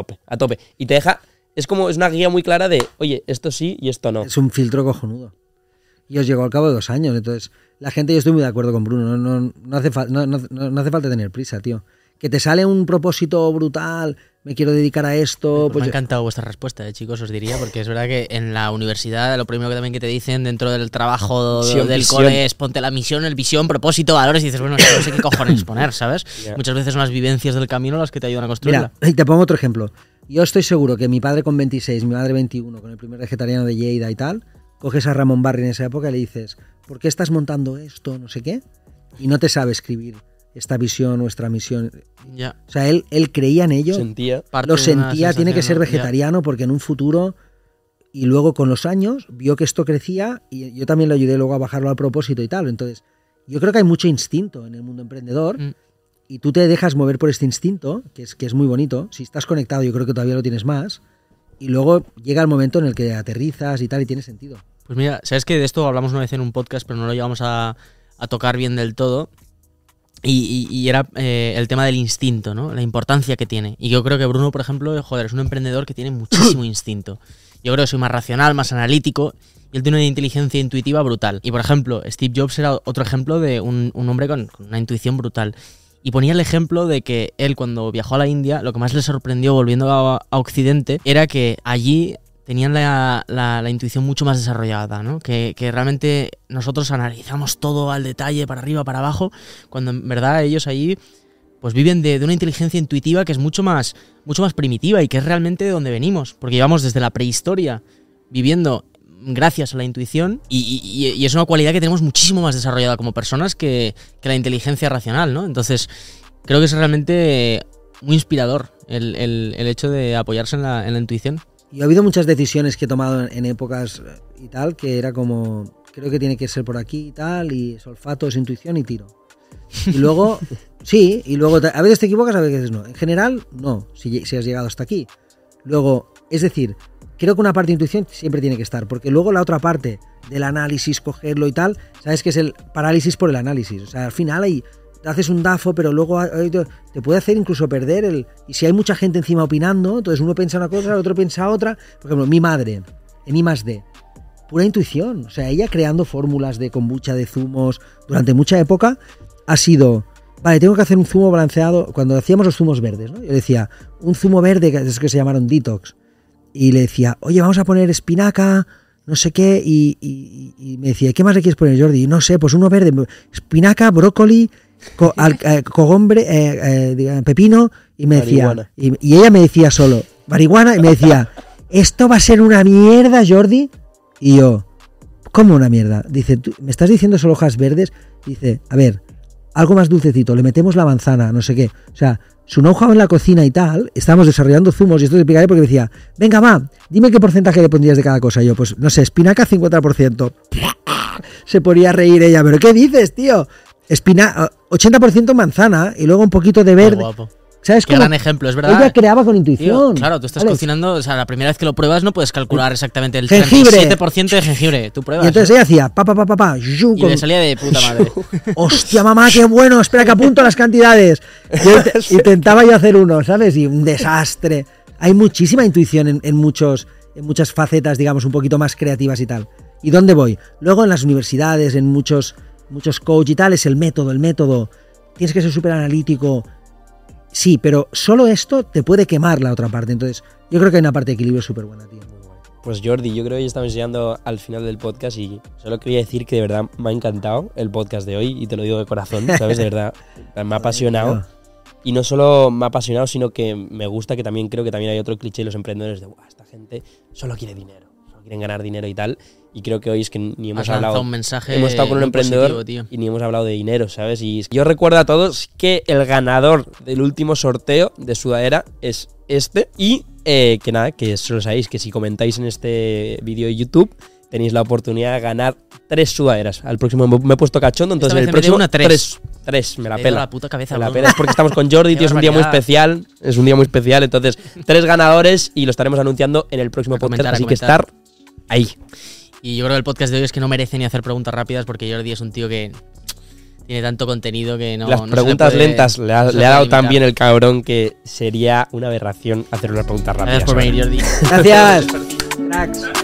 Speaker 4: Y te deja, es una guía muy clara de, oye, esto sí y esto no.
Speaker 1: Es un filtro cojonudo. Y os llegó al cabo de 2 años. Entonces, la gente, yo estoy muy de acuerdo con Bruno. No hace falta tener prisa, tío. Que te sale un propósito brutal, me quiero dedicar a esto.
Speaker 3: Pues me ha encantado vuestra respuesta, chicos, os diría, porque es verdad que en la universidad lo primero que también que te dicen dentro del trabajo del cole es ponte la misión, el visión, propósito, valores, y dices, bueno, no sé qué cojones poner, ¿sabes? Yeah. Muchas veces son las vivencias del camino las que te ayudan a construirla.
Speaker 1: Mira, te pongo otro ejemplo. Yo estoy seguro que mi padre con 26, mi madre 21, con el primer vegetariano de Lleida y tal, coges a Ramón Barri en esa época y le dices, ¿por qué estás montando esto? No sé qué. y no te sabe escribir esta visión, nuestra misión.
Speaker 3: Ya.
Speaker 1: O sea, él creía en ello,
Speaker 4: Sentía.
Speaker 1: lo sentía, tiene que ser vegetariano porque en un futuro... Y luego con los años vio que esto crecía y yo también lo ayudé luego a bajarlo al propósito y tal. Entonces, yo creo que hay mucho instinto en el mundo emprendedor y tú te dejas mover por este instinto, que es muy bonito. Si estás conectado, yo creo que todavía lo tienes más. Y luego llega el momento en el que aterrizas y tal y tiene sentido.
Speaker 3: Pues mira, sabes que de esto hablamos una vez en un podcast, pero no lo llegamos a tocar bien del todo. Y era el tema del instinto, ¿no? La importancia que tiene. Y yo creo que Bruno, por ejemplo, joder, es un emprendedor que tiene muchísimo instinto. Yo creo que soy más racional, más analítico, y él tiene una inteligencia intuitiva brutal. Y por ejemplo, Steve Jobs era otro ejemplo de un hombre con una intuición brutal. Y ponía el ejemplo de que él, cuando viajó a la India, lo que más le sorprendió volviendo a Occidente era que allí tenían la intuición mucho más desarrollada, ¿no? Que realmente nosotros analizamos todo al detalle, para arriba, para abajo, cuando en verdad ellos allí pues viven de una inteligencia intuitiva que es mucho más primitiva y que es realmente de donde venimos, porque llevamos desde la prehistoria viviendo gracias a la intuición y es una cualidad que tenemos muchísimo más desarrollada como personas que la inteligencia racional, ¿no? Entonces creo que es realmente muy inspirador el hecho de apoyarse en la intuición.
Speaker 1: Y ha habido muchas decisiones que he tomado en épocas y tal, que era como, creo que tiene que ser por aquí y tal, y es olfato, es intuición y tiro. Y luego, sí, y luego a veces te equivocas, a veces no. En general, no, si has llegado hasta aquí. Luego, es decir, creo que una parte de intuición siempre tiene que estar, porque luego la otra parte del análisis, cogerlo y tal, sabes que es el parálisis por el análisis. O sea, al final haces un DAFO, pero luego te puede hacer incluso perder y si hay mucha gente encima opinando, entonces uno piensa una cosa, el otro piensa otra. Por ejemplo, mi madre, en I+D, pura intuición. O sea, ella creando fórmulas de kombucha, de zumos, durante mucha época, ha sido, vale, tengo que hacer un zumo balanceado. Cuando hacíamos los zumos verdes, ¿no? Yo le decía, un zumo verde, que es que se llamaron detox, y le decía, oye, vamos a poner espinaca, no sé qué, y me decía, ¿qué más le quieres poner, Jordi? No sé, pues uno verde, espinaca, brócoli, cogombre, pepino, y me decía, y ella me decía solo, marihuana, y me decía, esto va a ser una mierda, Jordi. Y yo, ¿cómo una mierda? Dice, ¿tú me estás diciendo solo hojas verdes? Dice, a ver, algo más dulcecito, le metemos la manzana, no sé qué. O sea, su know-how en la cocina y tal, estábamos desarrollando zumos, y esto te explicaré porque me decía, venga, va, dime qué porcentaje le pondrías de cada cosa. Y yo, pues, no sé, espinaca 50%. Se ponía a reír ella, ¿pero qué dices, tío? 80% manzana y luego un poquito de verde.
Speaker 3: Guapo.
Speaker 1: ¿Sabes
Speaker 3: qué gran ejemplo, es verdad.
Speaker 1: Ella creaba con intuición.
Speaker 3: Tío, claro, tú estás cocinando, o sea, la primera vez que lo pruebas no puedes calcular exactamente el
Speaker 1: jengibre.
Speaker 3: 37% de jengibre. Tú pruebas.
Speaker 1: Y entonces ella hacía
Speaker 3: y le salía de puta madre.
Speaker 1: Hostia, mamá, qué bueno, espera que apunto las cantidades. Yo intentaba yo hacer uno, ¿sabes? Y un desastre. Hay muchísima intuición en muchas facetas, digamos, un poquito más creativas y tal. ¿Y dónde voy? Luego en las universidades, en muchos coach y tal, es el método. Tienes que ser súper analítico. Sí, pero solo esto te puede quemar la otra parte. Entonces, yo creo que hay una parte de equilibrio súper buena, tío.
Speaker 4: Pues Jordi, yo creo que ya estamos llegando al final del podcast y solo quería decir que de verdad me ha encantado el podcast de hoy y te lo digo de corazón, ¿sabes? De verdad, me ha apasionado. Y no solo me ha apasionado, sino que me gusta, que también creo que también hay otro cliché de los emprendedores de, esta gente solo quiere dinero, solo quieren ganar dinero y tal. Y creo que hoy es que ni hemos hablado.
Speaker 3: Un mensaje
Speaker 4: hemos estado con un emprendedor
Speaker 3: positivo,
Speaker 4: y ni hemos hablado de dinero, ¿sabes? Y yo recuerdo a todos que el ganador del último sorteo de sudadera es este. Y que nada, que solo sabéis que si comentáis en este vídeo de YouTube tenéis la oportunidad de ganar 3 sudaderas. Al próximo me he puesto cachondo, entonces en el próximo
Speaker 3: una 3,
Speaker 4: me la pela.
Speaker 3: La puta cabeza,
Speaker 4: me la pela. Es porque estamos con Jordi, tío, es un día muy especial. Es un día muy especial, entonces 3 ganadores y lo estaremos anunciando en el próximo podcast, así que estar ahí.
Speaker 3: Y yo creo que el podcast de hoy es que no merece ni hacer preguntas rápidas porque Jordi es un tío que tiene tanto contenido que no.
Speaker 4: Las preguntas lentas le ha dado tan bien el cabrón que sería una aberración hacer unas preguntas rápidas.
Speaker 3: Gracias por venir, Jordi.
Speaker 1: Gracias. Cracks.